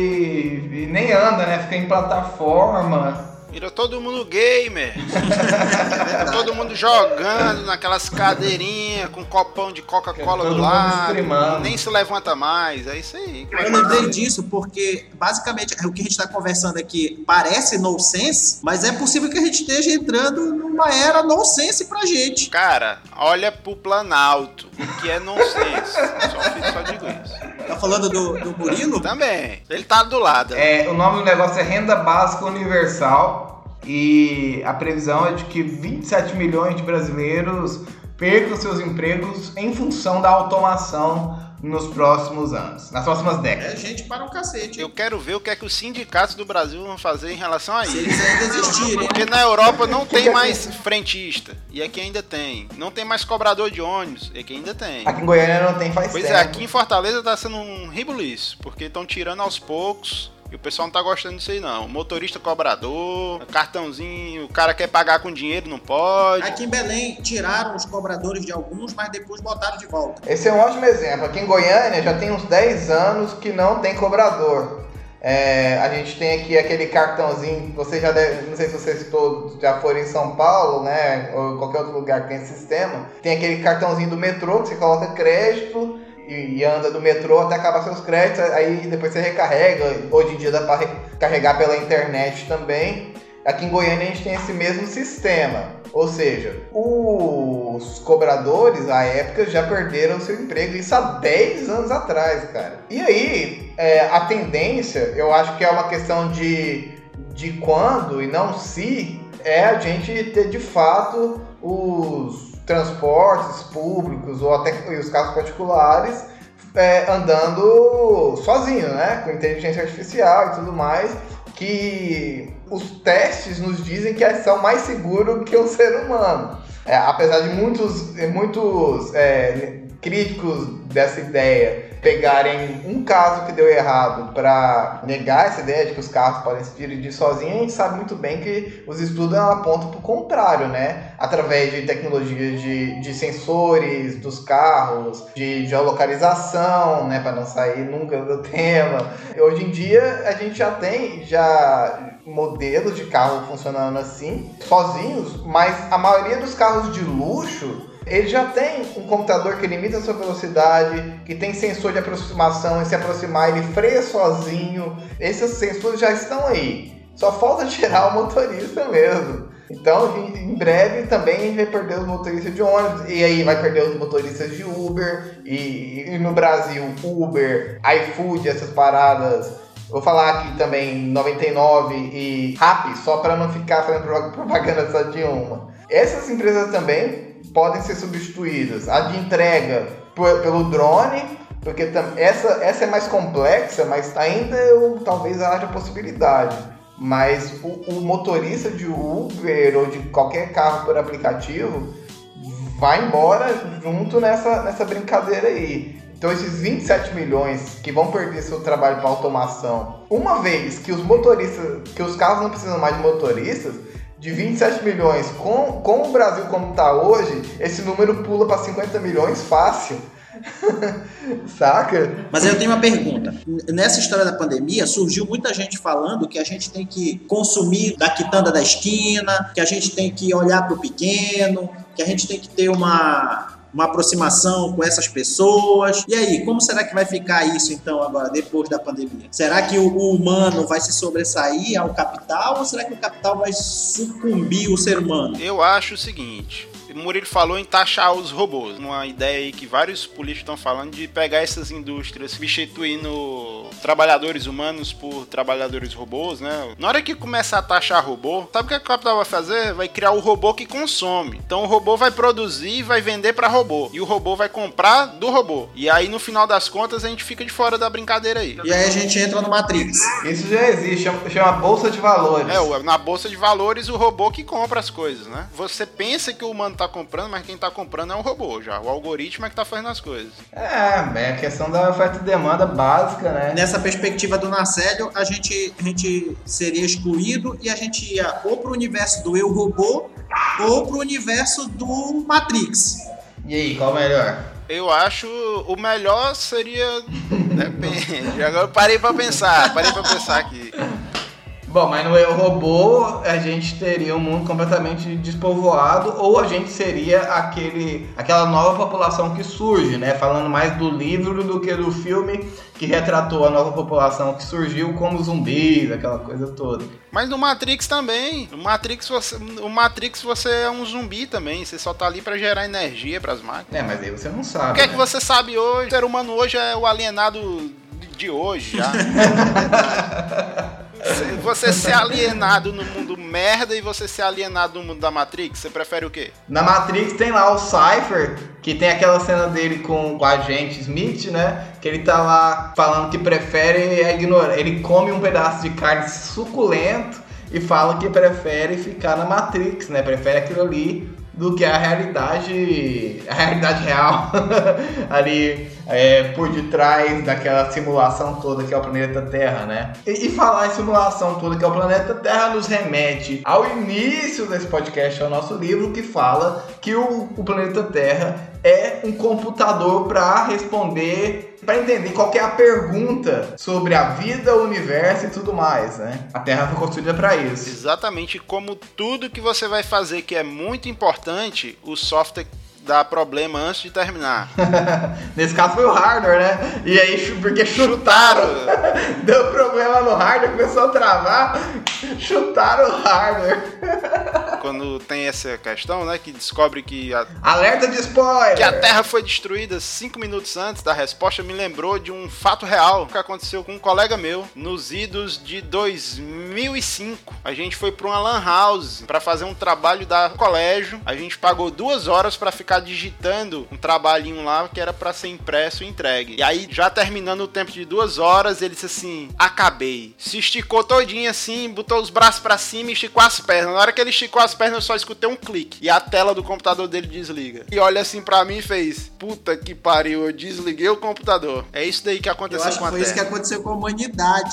e nem anda, né? Fica em plataforma. Virou todo mundo gamer. Todo mundo jogando naquelas cadeirinhas com copão de Coca-Cola do lado. Nem se levanta mais. É isso aí. Eu lembrei disso porque, basicamente, o que a gente está conversando aqui parece nonsense, mas é possível que a gente esteja entrando numa era nonsense pra gente. Cara, olha pro Planalto, que é nonsense. Só digo isso. Tá falando do Murilo? Também. Ele tá do lado. O nome do negócio é Renda Básica Universal. E a previsão é de que 27 milhões de brasileiros percam seus empregos em função da automação nos próximos anos, nas próximas décadas. Gente para um cacete. Eu quero ver o que é que os sindicatos do Brasil vão fazer em relação a isso. Se eles ainda existirem. Porque na Europa não tem mais frentista, e aqui ainda tem. Não tem mais cobrador de ônibus, e aqui ainda tem. Aqui em Goiânia não tem faz tempo. Pois aqui em Fortaleza tá sendo um ribuliço, porque estão tirando aos poucos. E o pessoal não tá gostando disso aí, não. Motorista cobrador, cartãozinho, o cara quer pagar com dinheiro, não pode. Aqui em Belém, tiraram os cobradores de alguns, mas depois botaram de volta. Esse é um ótimo exemplo. Aqui em Goiânia já tem uns 10 anos que não tem cobrador. A gente tem aqui aquele cartãozinho, você já deve, não sei se vocês todos já foram em São Paulo, né, ou qualquer outro lugar que tem esse sistema. Tem aquele cartãozinho do metrô que você coloca crédito e anda do metrô até acabar seus créditos, aí depois você recarrega. Hoje em dia dá para carregar pela internet também. Aqui em Goiânia a gente tem esse mesmo sistema, ou seja, os cobradores à época já perderam seu emprego, isso há 10 anos atrás, cara. E aí, a tendência, eu acho que é uma questão de quando e não se, é a gente ter de fato os transportes públicos ou até os carros particulares andando sozinho, né? Com inteligência artificial e tudo mais, que os testes nos dizem que são mais seguros que o ser humano. Apesar de muitos críticos dessa ideia pegarem um caso que deu errado para negar essa ideia de que os carros podem se dirigir sozinhos, a gente sabe muito bem que os estudos apontam para o contrário, né? Através de tecnologias de sensores dos carros, de geolocalização, né? Para não sair nunca do tema. Hoje em dia a gente já tem modelos de carro funcionando assim, sozinhos, mas a maioria dos carros de luxo Ele já tem um computador que limita a sua velocidade, que tem sensor de aproximação, e se aproximar ele freia sozinho. Esses sensores já estão aí. Só falta tirar o motorista mesmo. Então, em breve também a gente vai perder os motoristas de ônibus, e aí vai perder os motoristas de Uber, e no Brasil, Uber, iFood, essas paradas. Vou falar aqui também 99 e Rappi, só para não ficar fazendo propaganda só de uma. Essas empresas também podem ser substituídas. A de entrega pelo drone, porque essa é mais complexa, mas ainda talvez haja possibilidade. Mas o motorista de Uber ou de qualquer carro por aplicativo vai embora junto nessa brincadeira aí. Então esses 27 milhões que vão perder seu trabalho para automação, uma vez que os carros não precisam mais de motoristas, de 27 milhões com o Brasil como está hoje, esse número pula para 50 milhões fácil. Saca? Mas aí eu tenho uma pergunta. Nessa história da pandemia, surgiu muita gente falando que a gente tem que consumir da quitanda da esquina, que a gente tem que olhar para o pequeno, que a gente tem que ter uma aproximação com essas pessoas. E aí, como será que vai ficar isso então agora, depois da pandemia? Será que o humano vai se sobressair ao capital ou será que o capital vai sucumbir o ser humano? Eu acho o seguinte... O Murilo falou em taxar os robôs. Uma ideia aí que vários políticos estão falando de pegar essas indústrias, substituindo trabalhadores humanos por trabalhadores robôs, né? Na hora que começar a taxar robô, sabe o que o capital vai fazer? Vai criar o robô que consome. Então o robô vai produzir e vai vender para robô. E o robô vai comprar do robô. E aí no final das contas a gente fica de fora da brincadeira aí. E aí a gente entra no Matrix. Isso já existe, chama Bolsa de Valores. Na Bolsa de Valores o robô que compra as coisas, né? Você pensa que o humano tá comprando, mas quem tá comprando é um robô já. O algoritmo é que tá fazendo as coisas. É a questão da oferta e demanda básica, né? Nessa perspectiva do Nacélio, a gente seria excluído e a gente ia ou pro universo do Eu Robô ou pro universo do Matrix. E aí, qual é o melhor? Eu acho o melhor seria... Depende. Agora eu parei pra pensar aqui. Bom, mas no Eu Robô a gente teria um mundo completamente despovoado, ou a gente seria aquela nova população que surge, né? Falando mais do livro do que do filme que retratou a nova população que surgiu como zumbis, aquela coisa toda. Mas no Matrix também. No Matrix você é um zumbi também. Você só tá ali pra gerar energia pras máquinas. Mas aí você não sabe. O que é que você sabe hoje? O ser humano hoje é o alienado de hoje já. Você ser alienado no mundo merda e você ser alienado no mundo da Matrix, você prefere o quê? Na Matrix tem lá o Cypher, que tem aquela cena dele com o agente Smith, né? Que ele tá lá falando que prefere ignorar. Ele come um pedaço de carne suculento e fala que prefere ficar na Matrix, né? Prefere aquilo ali do que a realidade real ali por detrás daquela simulação toda que é o planeta Terra, né? E falar em simulação toda que é o planeta Terra nos remete ao início desse podcast, ao nosso livro, que fala que o planeta Terra é um computador para responder, para entender qual que é a pergunta sobre a vida, o universo e tudo mais, né? A Terra foi construída para isso. Exatamente, como tudo que você vai fazer que é muito importante, o software dá problema antes de terminar. Nesse caso foi o hardware, né? E aí, porque chutaram. Deu problema no hardware, começou a travar, chutaram o hardware. Quando tem essa questão, né, que descobre que alerta de spoiler! Que a Terra foi destruída 5 minutos antes da resposta, me lembrou de um fato real que aconteceu com um colega meu nos idos de 2005. A gente foi para uma lan house para fazer um trabalho da colégio. A gente pagou 2 horas para ficar digitando um trabalhinho lá que era para ser impresso e entregue. E aí, já terminando o tempo de 2 horas, ele disse assim: acabei. Se esticou todinho assim, botou os braços para cima e esticou as pernas. Na hora que ele esticou as pernas, eu só escutei um clique. E a tela do computador dele desliga. E olha assim pra mim e fez: puta que pariu, eu desliguei o computador. É isso daí que aconteceu com a Terra. Foi isso que aconteceu com a humanidade.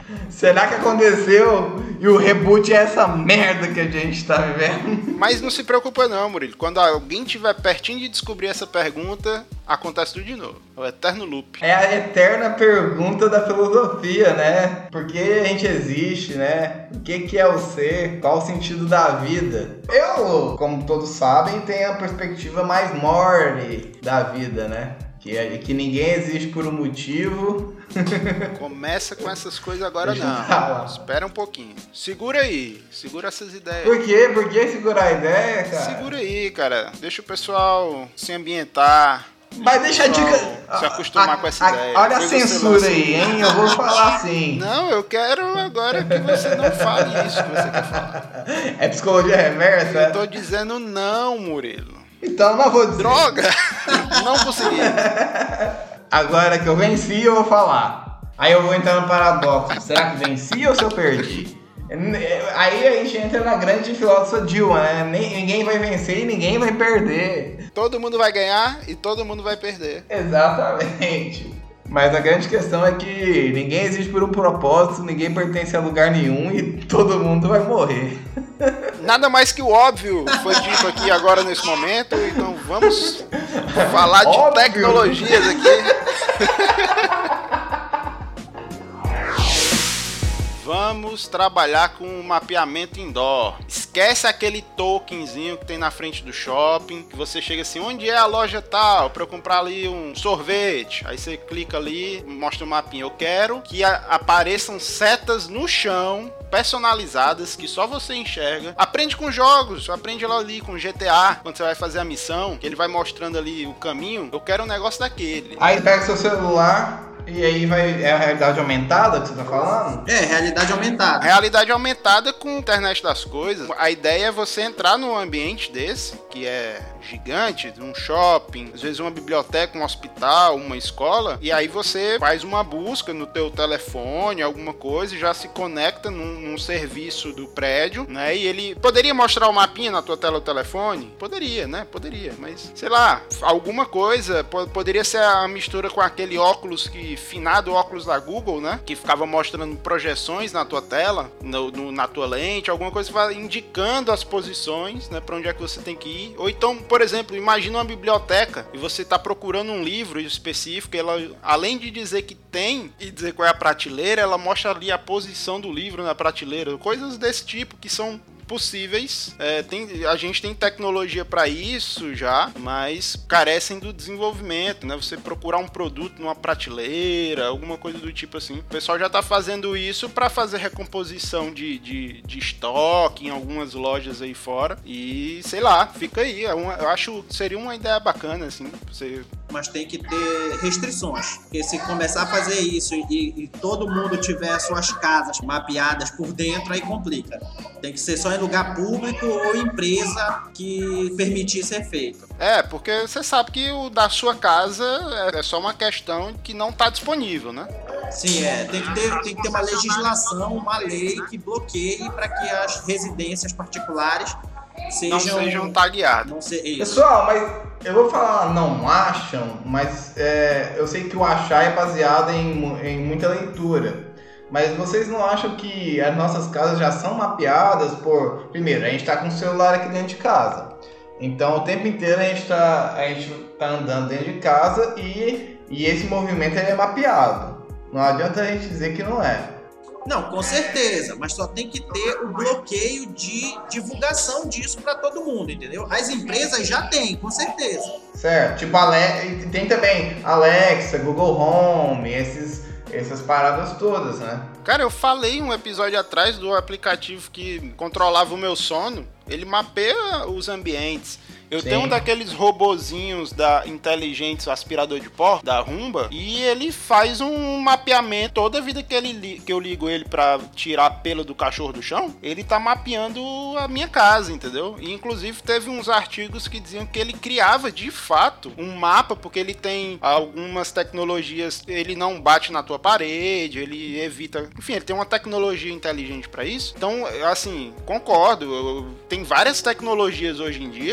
Será que aconteceu e o reboot é essa merda que a gente tá vivendo? Mas não se preocupa não, Murilo. Quando alguém estiver pertinho de descobrir essa pergunta, acontece tudo de novo. É o eterno loop. É a eterna pergunta da filosofia, né? Por que a gente existe, né? O que é o ser? Qual o sentido da vida? Eu, como todos sabem, tenho a perspectiva mais morne da vida, né? Que ninguém existe por um motivo. Começa com essas coisas agora não. Espera um pouquinho. Segura aí. Segura essas ideias. Por quê? Por que segurar a ideia, cara? Segura aí, cara. Deixa o pessoal se ambientar. Mas deixa a dica... Se acostumar com essa ideia. Olha a censura aí, hein? Eu vou falar assim. Não, eu quero agora que você não fale isso que você quer falar. É psicologia reversa? Eu tô dizendo não, Murilo. Então não vou dizer. Droga! Não consegui. Agora que eu venci, eu vou falar. Aí eu vou entrar no paradoxo. Será que venci ou se eu perdi? Aí a gente entra na grande filósofa Dilma, né? Ninguém vai vencer e ninguém vai perder. Todo mundo vai ganhar e todo mundo vai perder. Exatamente. Mas a grande questão é que ninguém existe por um propósito, ninguém pertence a lugar nenhum e todo mundo vai morrer. Nada mais que o óbvio foi dito aqui agora nesse momento, então vamos falar de Óbvio. tecnologias aqui. Vamos trabalhar com o mapeamento indoor. Esquece aquele tokenzinho que tem na frente do shopping, que você chega assim, onde é a loja tal, para eu comprar ali um sorvete. Aí você clica ali, mostra o mapinha. Eu quero que apareçam setas no chão, personalizadas, que só você enxerga. Aprende com jogos, aprende lá ali com GTA, quando você vai fazer a missão, que ele vai mostrando ali o caminho. Eu quero um negócio daquele. Aí pega seu celular... E aí é a realidade aumentada que você tá falando? É, realidade aumentada. Realidade aumentada com internet das coisas. A ideia é você entrar num ambiente desse, que é gigante, um shopping, às vezes uma biblioteca, um hospital, uma escola, e aí você faz uma busca no teu telefone, alguma coisa, e já se conecta num serviço do prédio, né? E ele poderia mostrar o mapinha na tua tela do telefone? Poderia, né? Poderia, mas sei lá, alguma coisa, poderia ser a mistura com aquele óculos finado óculos da Google, né? Que ficava mostrando projeções na tua tela, na tua lente, alguma coisa que vai indicando as posições, né? Pra onde é que você tem que ir. Ou então, por exemplo, imagina uma biblioteca e você tá procurando um livro específico, ela, além de dizer que tem e dizer qual é a prateleira, ela mostra ali a posição do livro na prateleira. Coisas desse tipo que são possíveis. A gente tem tecnologia para isso já, mas carecem do desenvolvimento, né? Você procurar um produto numa prateleira, alguma coisa do tipo assim. O pessoal já tá fazendo isso para fazer recomposição de estoque em algumas lojas aí fora e sei lá, fica aí. Eu acho que seria uma ideia bacana assim. Mas tem que ter restrições, porque se começar a fazer isso e todo mundo tiver as suas casas mapeadas por dentro, aí complica. Tem que ser só em lugar público ou empresa que permitir ser feito. Porque você sabe que o da sua casa é só uma questão que não está disponível, né? Sim, tem que ter uma legislação, uma lei que bloqueie para que as residências particulares não sejam tagueadas. Pessoal, mas eu vou falar não acham, mas eu sei que o achar é baseado em muita leitura. Mas vocês não acham que as nossas casas já são mapeadas por... Primeiro, a gente está com o celular aqui dentro de casa. Então, o tempo inteiro a gente tá andando dentro de casa e esse movimento ele é mapeado. Não adianta a gente dizer que não é. Não, com certeza, mas só tem que ter o bloqueio de divulgação disso para todo mundo, entendeu? As empresas já têm, com certeza. Certo, tipo, tem também Alexa, Google Home, essas paradas todas, né? Cara, eu falei um episódio atrás do aplicativo que controlava o meu sono. Ele mapeia os ambientes. Eu tenho um daqueles robozinhos inteligentes, aspirador de pó, da Rumba, e ele faz um mapeamento. Toda vida que eu ligo ele pra tirar pelo do cachorro do chão, ele tá mapeando a minha casa, entendeu? E inclusive teve uns artigos que diziam que ele criava de fato um mapa, porque ele tem algumas tecnologias, ele não bate na tua parede, ele evita... Enfim, ele tem uma tecnologia inteligente pra isso. Então, assim, concordo, tem várias tecnologias hoje em dia que estão mapeando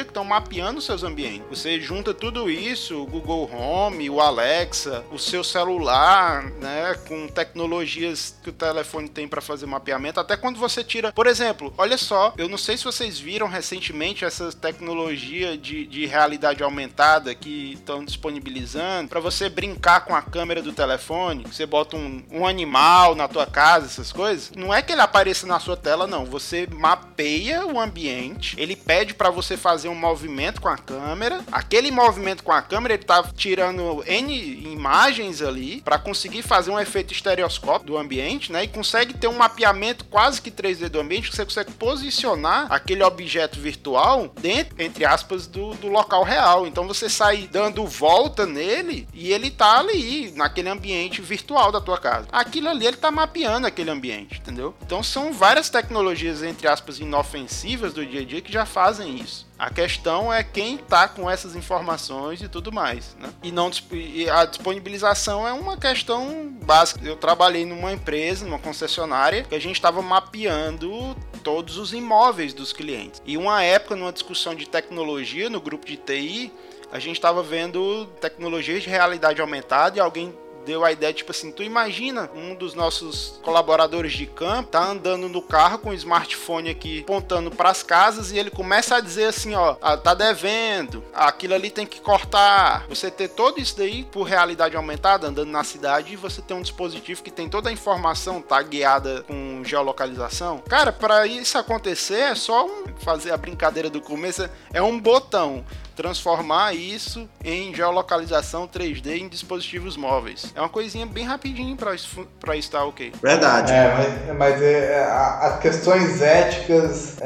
mapeando os seus ambientes. Você junta tudo isso, o Google Home, o Alexa, o seu celular, né, com tecnologias que o telefone tem para fazer mapeamento, até quando você tira, por exemplo, olha só, eu não sei se vocês viram recentemente essa tecnologia de realidade aumentada que estão disponibilizando para você brincar com a câmera do telefone, você bota um animal na tua casa, essas coisas, não é que ele apareça na sua tela, não, você mapeia o ambiente, ele pede para você fazer um movimento com a câmera, aquele movimento com a câmera, ele tá tirando N imagens ali para conseguir fazer um efeito estereoscópio do ambiente, né, e consegue ter um mapeamento quase que 3D do ambiente, que você consegue posicionar aquele objeto virtual dentro, entre aspas, do local real, então você sai dando volta nele e ele tá ali, naquele ambiente virtual da tua casa. Aquilo ali, ele tá mapeando aquele ambiente, entendeu? Então são várias tecnologias, entre aspas, inofensivas do dia a dia que já fazem isso. A questão é quem tá com essas informações e tudo mais, né? E a disponibilização é uma questão básica. Eu trabalhei numa empresa, numa concessionária, que a gente estava mapeando todos os imóveis dos clientes. E uma época, numa discussão de tecnologia no grupo de TI, a gente estava vendo tecnologias de realidade aumentada e alguém deu a ideia, tipo assim, tu imagina um dos nossos colaboradores de campo tá andando no carro com o smartphone aqui apontando para as casas e ele começa a dizer assim, ó, tá devendo, aquilo ali tem que cortar. Você ter todo isso daí por realidade aumentada, andando na cidade, e você ter um dispositivo que tem toda a informação tagueada com geolocalização. Cara, para isso acontecer é só fazer a brincadeira do começo, é um botão. Transformar isso em geolocalização 3D em dispositivos móveis. É uma coisinha bem rapidinho para isso estar ok. Verdade. Mas as questões éticas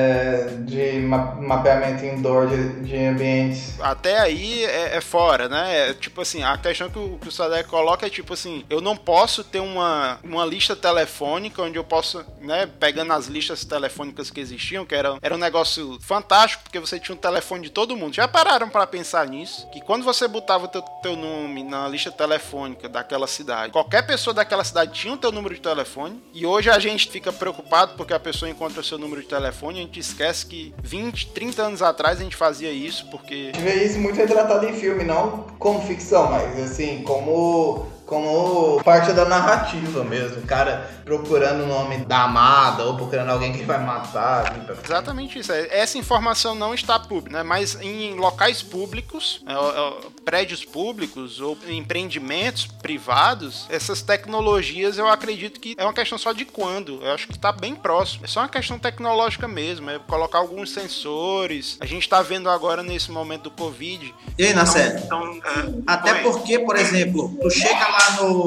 de mapeamento indoor de ambientes. Até aí é fora, né? Tipo assim, a questão que o Sadek coloca é tipo assim, eu não posso ter uma lista telefônica onde eu posso, né, pegando as listas telefônicas que existiam, que era um negócio fantástico, porque você tinha um telefone de todo mundo. Já pararam para pensar nisso? Que quando você botava teu nome na lista telefônica daquela cidade, qualquer pessoa daquela cidade tinha o teu número de telefone, e hoje a gente fica preocupado porque a pessoa encontra o seu número de telefone, a gente esquece que 20, 30 anos atrás a gente fazia isso, porque... A gente vê isso muito retratado em filme, não como ficção, mas assim, como parte da narrativa mesmo, o cara procurando o nome da amada ou procurando alguém que ele vai matar. Exatamente isso. Essa informação não está pública, né? Mas em locais públicos, prédios públicos ou empreendimentos privados, essas tecnologias eu acredito que é uma questão só de quando. Eu acho que está bem próximo. É só uma questão tecnológica mesmo, é colocar alguns sensores. A gente está vendo agora nesse momento do Covid. E aí, Nacelle? Até porque, por exemplo, tu chega lá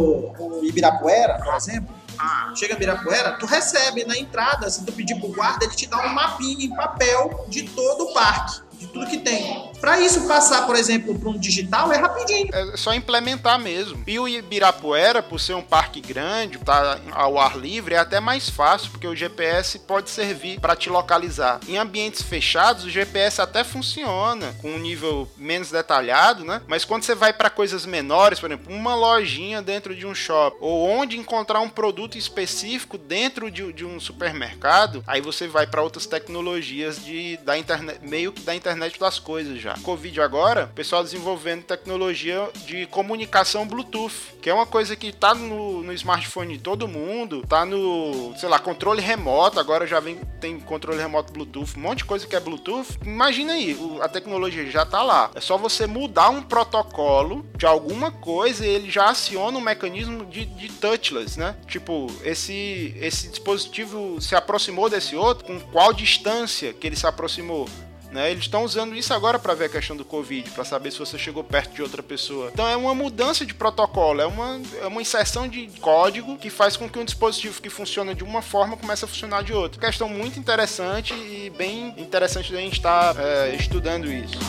no Ibirapuera, por exemplo, chega em Ibirapuera, tu recebe na entrada, se tu pedir pro guarda, ele te dá um mapinha em papel de todo o parque, de tudo que tem. Pra isso passar, por exemplo, para um digital, é rapidinho. É só implementar mesmo. E o Ibirapuera, por ser um parque grande, tá ao ar livre, é até mais fácil, porque o GPS pode servir para te localizar. Em ambientes fechados, o GPS até funciona, com um nível menos detalhado, né? Mas quando você vai para coisas menores, por exemplo, uma lojinha dentro de um shopping, ou onde encontrar um produto específico dentro de um supermercado, aí você vai para outras tecnologias da internet, meio que da internet das coisas já. Covid agora, o pessoal desenvolvendo tecnologia de comunicação Bluetooth, que é uma coisa que tá no smartphone de todo mundo, tá no, sei lá, controle remoto, agora já tem controle remoto Bluetooth, um monte de coisa que é Bluetooth. Imagina aí, a tecnologia já tá lá. É só você mudar um protocolo de alguma coisa e ele já aciona um mecanismo de touchless, né? Tipo, esse dispositivo se aproximou desse outro, com qual distância que ele se aproximou? Né? Eles estão usando isso agora para ver a questão do Covid, para saber se você chegou perto de outra pessoa. Então é uma mudança de protocolo, é uma inserção de código que faz com que um dispositivo que funciona de uma forma comece a funcionar de outra. Questão muito interessante e bem interessante da gente estar estudando isso.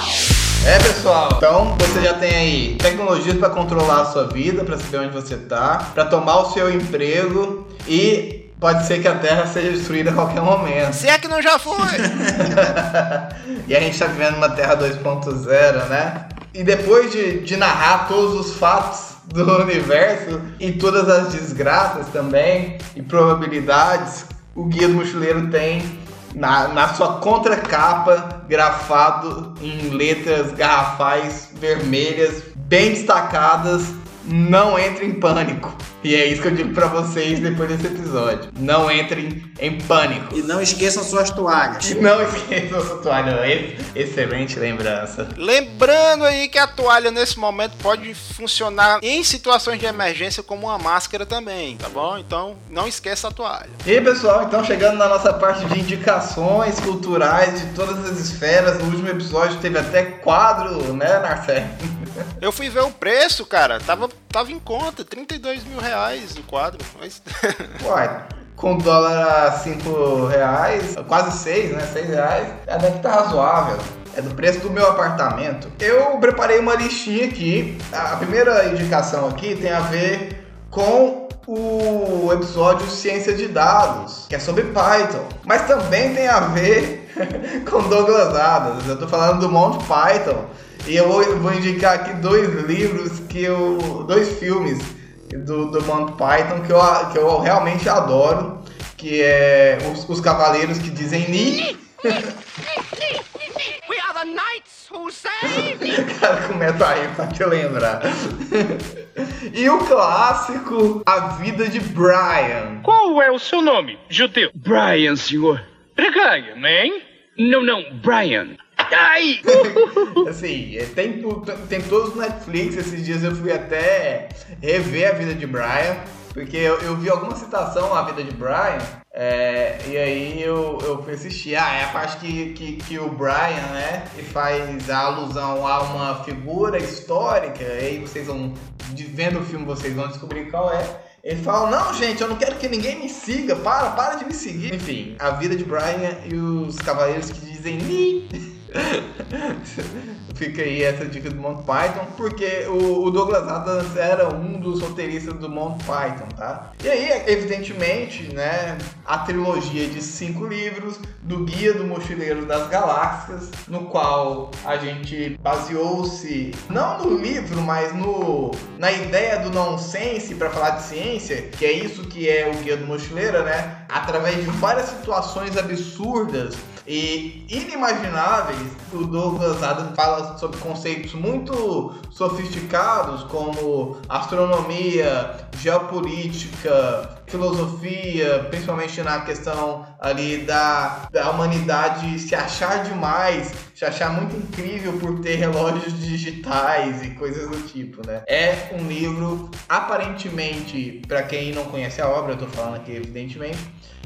Pessoal, então você já tem aí tecnologias para controlar a sua vida, para saber onde você tá, para tomar o seu emprego e pode ser que a Terra seja destruída a qualquer momento. Se é que não já foi! E a gente tá vivendo uma Terra 2.0, né? E depois de narrar todos os fatos do universo e todas as desgraças também e probabilidades, o Guia do Mochileiro tem na sua contracapa, grafado em letras garrafais vermelhas, bem destacadas, não entre em pânico. E é isso que eu digo pra vocês depois desse episódio. Não entrem em pânico. E não esqueçam suas toalhas. E não esqueçam sua toalha. Excelente lembrança. Lembrando aí que a toalha nesse momento pode funcionar em situações de emergência como uma máscara também, tá bom? Então não esqueça a toalha. E aí, pessoal, então chegando na nossa parte de indicações culturais de todas as esferas. No último episódio teve até quadro, né, Narcé? Eu fui ver o preço, cara. Tava em conta, R$32 mil o quadro. Mas... Uai, com dólar a R$5, quase 6, né? R$6, até que tá razoável. É do preço do meu apartamento. Eu preparei uma listinha aqui. A primeira indicação aqui tem a ver com o episódio Ciência de Dados, que é sobre Python. Mas também tem a ver com Douglas Adams. Eu tô falando do Monty Python. E eu vou indicar aqui dois filmes do Monty Python que eu realmente adoro, que é os Cavaleiros que Dizem Ni. We are the knights who save. Cara, começa aí pra te lembrar. E o clássico A Vida de Brian. Qual é o seu nome, judeu? Brian, senhor. Brian, hein? Não, Brian. Ai! Assim, tem todos no Netflix. Esses dias eu fui até rever A Vida de Brian, porque eu vi alguma citação A Vida de Brian, e aí eu fui assistir. É a parte que o Brian, né, faz a alusão a uma figura histórica, e aí vocês vão, vendo o filme, vocês vão descobrir qual é. Ele fala, não, gente, eu não quero que ninguém me siga, para de me seguir. Enfim, A Vida de Brian e os Cavaleiros que Dizem Ni. Fica aí essa dica do Monty Python, porque o Douglas Adams era um dos roteiristas do Monty Python, tá? E aí, evidentemente, né, a trilogia de 5 livros do Guia do Mochileiro das Galáxias, no qual a gente baseou-se, não no livro, mas na ideia do nonsense para falar de ciência, que é isso que é o Guia do Mochileiro, né? Através de várias situações absurdas e inimagináveis, o Douglas Adams fala sobre conceitos muito sofisticados como astronomia, geopolítica, filosofia, principalmente na questão ali da humanidade se achar demais, se achar muito incrível por ter relógios digitais e coisas do tipo, né? É um livro, aparentemente, para quem não conhece a obra, eu tô falando aqui evidentemente,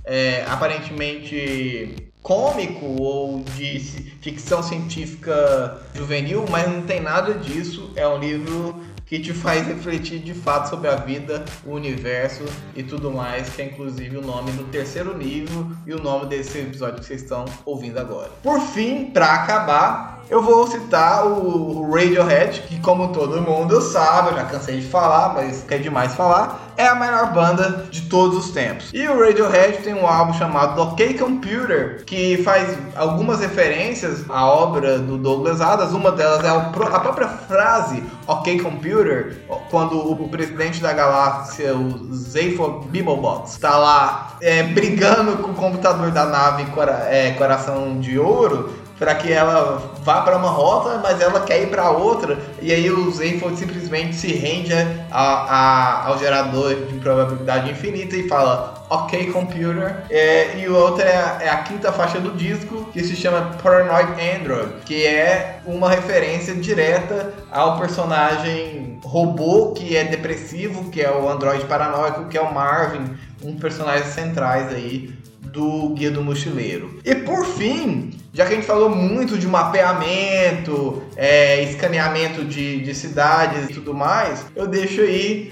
aparentemente cômico ou de ficção científica juvenil, mas não tem nada disso. É um livro que te faz refletir de fato sobre a vida, o universo e tudo mais, que é inclusive o nome do terceiro livro e o nome desse episódio que vocês estão ouvindo agora. Por fim, para acabar, eu vou citar o Radiohead, que como todo mundo sabe, eu já cansei de falar, mas é demais falar, é a melhor banda de todos os tempos. E o Radiohead tem um álbum chamado OK Computer, que faz algumas referências à obra do Douglas Adams. Uma delas é a própria frase OK Computer, quando o presidente da galáxia, o Zaphod Beeblebot, está lá brigando com o computador da nave Coração de Ouro, para que ela vá para uma rota, mas ela quer ir para outra, e aí o Zaphod simplesmente se rende ao gerador de probabilidade infinita e fala OK Computer, e o outro é a quinta faixa do disco, que se chama Paranoid Android, que é uma referência direta ao personagem robô que é depressivo, que é o androide paranoico, que é o Marvin, um dos personagens centrais aí do Guia do Mochileiro. E por fim, já que a gente falou muito de mapeamento, escaneamento de cidades e tudo mais, eu deixo aí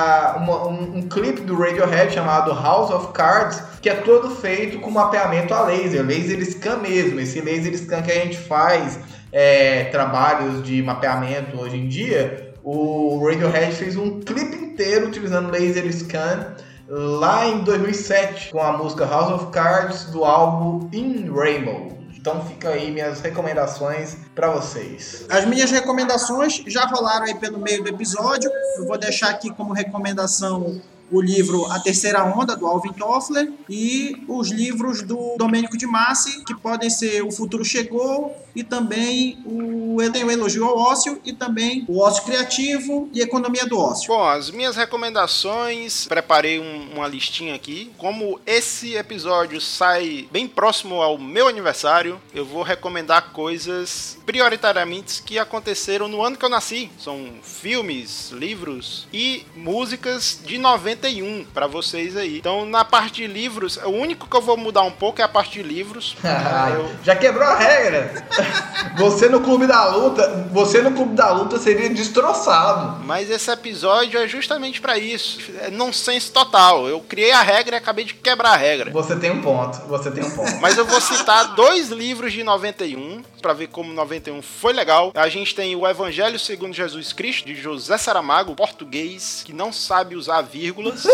um clipe do Radiohead chamado House of Cards, que é todo feito com mapeamento a laser scan mesmo. Esse laser scan que a gente faz trabalhos de mapeamento hoje em dia, o Radiohead fez um clipe inteiro utilizando laser scan lá em 2007, com a música House of Cards do álbum In Rainbow. Então fica aí minhas recomendações para vocês. As minhas recomendações já rolaram aí pelo meio do episódio. Eu vou deixar aqui como recomendação o livro A Terceira Onda, do Alvin Toffler, e os livros do Domênico de Masi, que podem ser O Futuro Chegou, e também o Elogio ao Ócio, e também o Ócio Criativo e Economia do Ócio. Bom, as minhas recomendações, preparei uma listinha aqui. Como esse episódio sai bem próximo ao meu aniversário, eu vou recomendar coisas prioritariamente que aconteceram no ano que eu nasci. São filmes, livros e músicas de 91 para vocês aí. Então, na parte de livros, o único que eu vou mudar um pouco é a parte de livros. Já quebrou a regra. Você no Clube da Luta seria destroçado. Mas esse episódio é justamente para isso. É nonsense total. Eu criei a regra e acabei de quebrar a regra. Você tem um ponto. Mas eu vou citar 2 livros de 91 para ver como 91 foi legal. A gente tem o Evangelho segundo Jesus Cristo, de José Saramago, português, que não sabe usar vírgulas.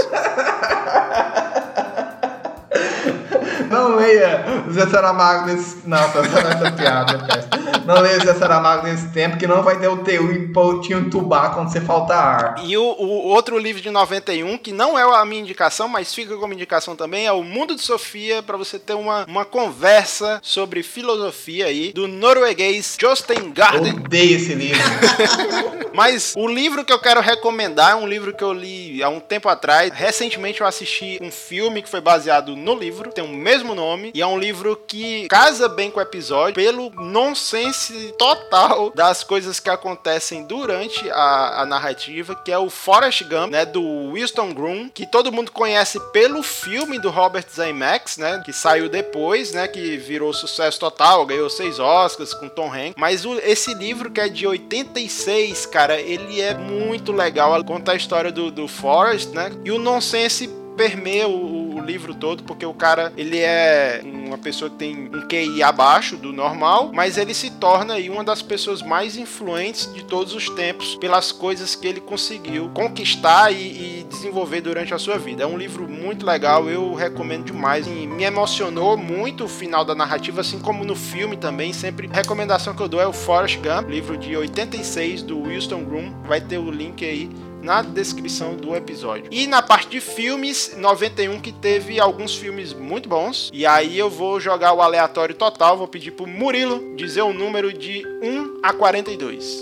Não leia o Zé Saramago nesse... Não, essa piada, não leia o Zé Saramago nesse tempo, que não vai ter o teu e te entubar quando você faltar ar. E o outro livro de 91, que não é a minha indicação, mas fica como indicação também, é O Mundo de Sofia, para você ter uma conversa sobre filosofia aí, do norueguês Jostein Gaarden. Odeio esse livro. Mas o livro que eu quero recomendar é um livro que eu li há um tempo atrás. Recentemente eu assisti um filme que foi baseado no livro, tem o mesmo nome, e é um livro que casa bem com o episódio pelo nonsense total das coisas que acontecem durante a narrativa, que é o Forrest Gump, né, do Winston Groom, que todo mundo conhece pelo filme do Robert Zemeckis, né, que saiu depois, né, que virou sucesso total, ganhou 6 Oscars com Tom Hanks. Mas esse livro, que é de 86, cara, ele é muito legal. Conta a história do Forrest, né, e o nonsense permeia o livro todo, porque o cara, ele é uma pessoa que tem um QI abaixo do normal, mas ele se torna aí uma das pessoas mais influentes de todos os tempos pelas coisas que ele conseguiu conquistar e desenvolver durante a sua vida. É um livro muito legal, eu recomendo demais, e me emocionou muito o final da narrativa, assim como no filme também. Sempre a recomendação que eu dou é o Forrest Gump, livro de 86 do Winston Groom, vai ter o link aí na descrição do episódio. E na parte de filmes, 91, que teve alguns filmes muito bons. E aí eu vou jogar o aleatório total. Vou pedir pro Murilo dizer o número de 1 a 42.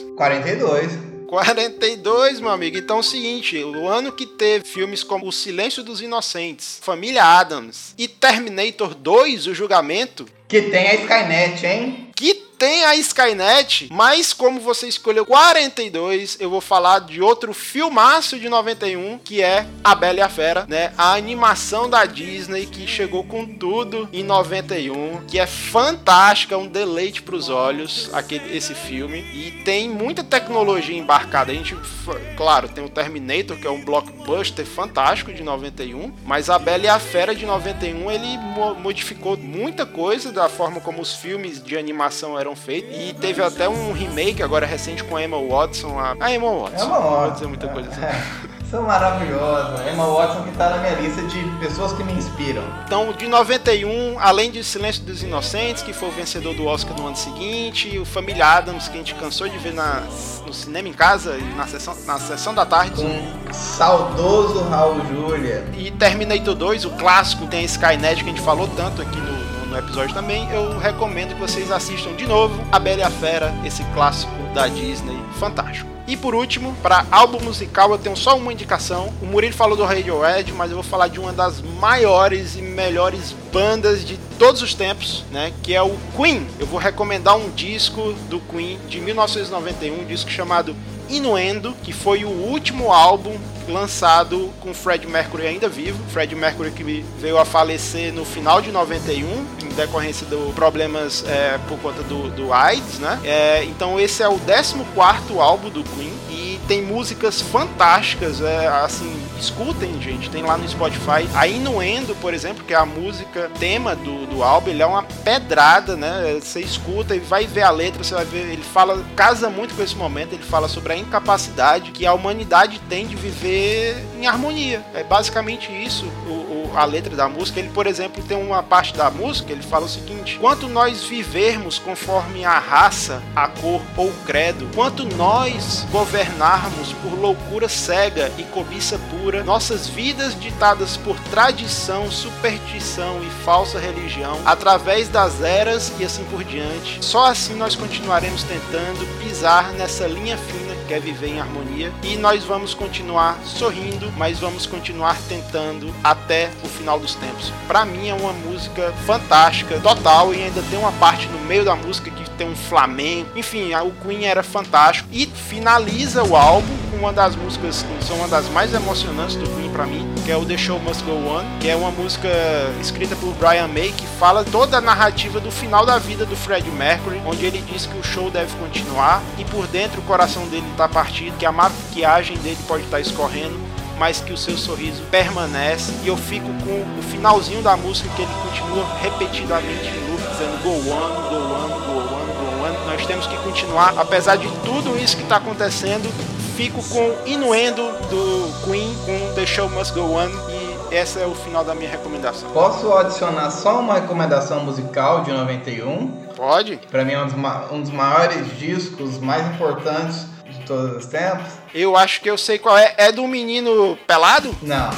42, meu amigo. Então é o seguinte, o ano que teve filmes como O Silêncio dos Inocentes, Família Addams e Terminator 2, O Julgamento. Que tem a Skynet, hein? Que tem a Skynet, mas como você escolheu 42, eu vou falar de outro filmaço de 91, que é A Bela e a Fera, né? A animação da Disney que chegou com tudo em 91, que é fantástica, um deleite para os olhos, esse filme, e tem muita tecnologia embarcada. A gente, claro, tem o Terminator, que é um blockbuster fantástico de 91, mas A Bela e a Fera de 91, ele modificou muita coisa da forma como os filmes de animação eram feitos, e teve até um remake agora recente com a Emma Watson. A Emma Watson. Não vou dizer muita coisa assim. São maravilhosas. Emma Watson, que tá na minha lista de pessoas que me inspiram. Então, de 91, além de Silêncio dos Inocentes, que foi o vencedor do Oscar no ano seguinte, o Família Addams, que a gente cansou de ver no cinema em casa e na sessão da tarde. Com saudoso Raul Julia. E Terminator 2, o clássico, tem a Skynet, que a gente falou tanto aqui no episódio também. Eu recomendo que vocês assistam de novo A Bela e a Fera, esse clássico da Disney, fantástico. E por último, para álbum musical, eu tenho só uma indicação. O Murilo falou do Radiohead, mas eu vou falar de uma das maiores e melhores bandas de todos os tempos, né? Que é o Queen. Eu vou recomendar um disco do Queen de 1991, um disco chamado Innuendo, que foi o último álbum lançado com Freddie Mercury ainda vivo. Freddie Mercury que veio a falecer no final de 91, em decorrência de problemas por conta do AIDS, né? Então esse é o 14º álbum do Queen e tem músicas fantásticas, assim, escutem, gente, tem lá no Spotify. A Innuendo, por exemplo, que é a música tema do álbum, ele é uma pedrada, né? Você escuta e vai ver a letra, você vai ver, ele casa muito com esse momento, ele fala sobre a incapacidade que a humanidade tem de viver em harmonia. É basicamente isso. a letra da música, ele, por exemplo, tem uma parte da música, ele fala o seguinte: quanto nós vivermos conforme a raça, a cor ou credo, quanto nós governarmos por loucura cega e cobiça pura, nossas vidas ditadas por tradição, superstição e falsa religião, através das eras e assim por diante, só assim nós continuaremos tentando pisar nessa linha fina que é viver em harmonia, e nós vamos continuar sorrindo, mas vamos continuar tentando até o final dos tempos. Pra mim é uma música fantástica, total, e ainda tem uma parte no meio da música que tem um flamenco. Enfim, o Queen era fantástico, e finaliza o álbum com uma das músicas que são uma das mais emocionantes do Queen pra mim, que é o The Show Must Go On, que é uma música escrita por Brian May, que fala toda a narrativa do final da vida do Freddie Mercury, onde ele diz que o show deve continuar e por dentro o coração dele está partido, que a maquiagem dele pode estar escorrendo, mas que o seu sorriso permanece. E eu fico com o finalzinho da música, que ele continua repetidamente em loop, dizendo go on, go on, go on, go on. Nós temos que continuar, apesar de tudo isso que está acontecendo. Fico com o inuendo do Queen, com The Show Must Go On, e esse é o final da minha recomendação. Posso adicionar só uma recomendação musical de 91? Pode? Pra mim é um dos maiores discos mais importantes de todos os tempos. Eu acho que eu sei qual é. É do menino pelado? Não.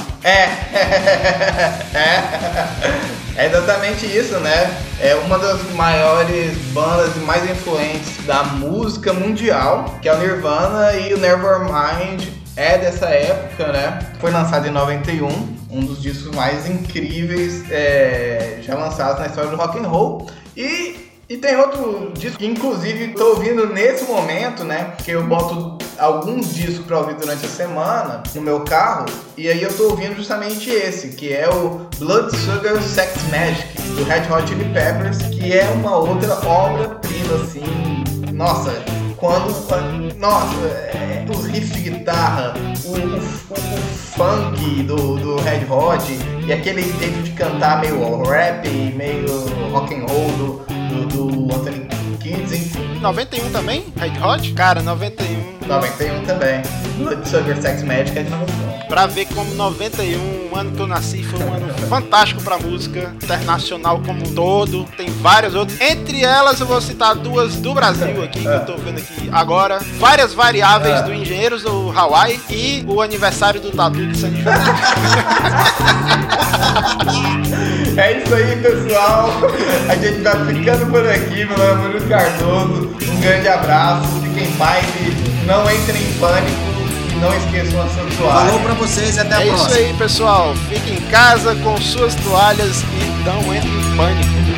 É exatamente isso, né? É uma das maiores bandas e mais influentes da música mundial, que é o Nirvana, e o Nevermind é dessa época, né? Foi lançado em 91, um dos discos mais incríveis já lançados na história do rock and roll. E tem outro disco que inclusive estou ouvindo nesse momento, né? Que eu boto alguns discos para ouvir durante a semana no meu carro, e aí eu tô ouvindo justamente esse, que é o Blood Sugar Sex Magic, do Red Hot Chili Peppers, que é uma outra obra-prima, assim, nossa, os riffs de guitarra, o funk do Red Hot, e aquele jeito de cantar meio rap, meio rock and roll do Anthony Kiedis, enfim. 91 também? Red Hot? Cara, 91 também. Blood Sugar Sex Magic é de 91. Pra ver como 91, o ano que eu nasci, foi um ano fantástico pra música internacional como um todo. Tem várias outras. Entre elas eu vou citar duas do Brasil aqui, que eu tô vendo aqui agora. Várias variáveis do Engenheiros do Hawaii e o aniversário do Tatu de Sandy Júnior. É isso aí, pessoal. A gente vai ficando por aqui. Meu nome é Murilo Cardoso. Um grande abraço. Fiquem em paz. Não entrem em pânico. Não esqueçam a sua toalha. Falou pra vocês e até a próxima. É isso aí, pessoal. Fiquem em casa com suas toalhas e não entrem em pânico.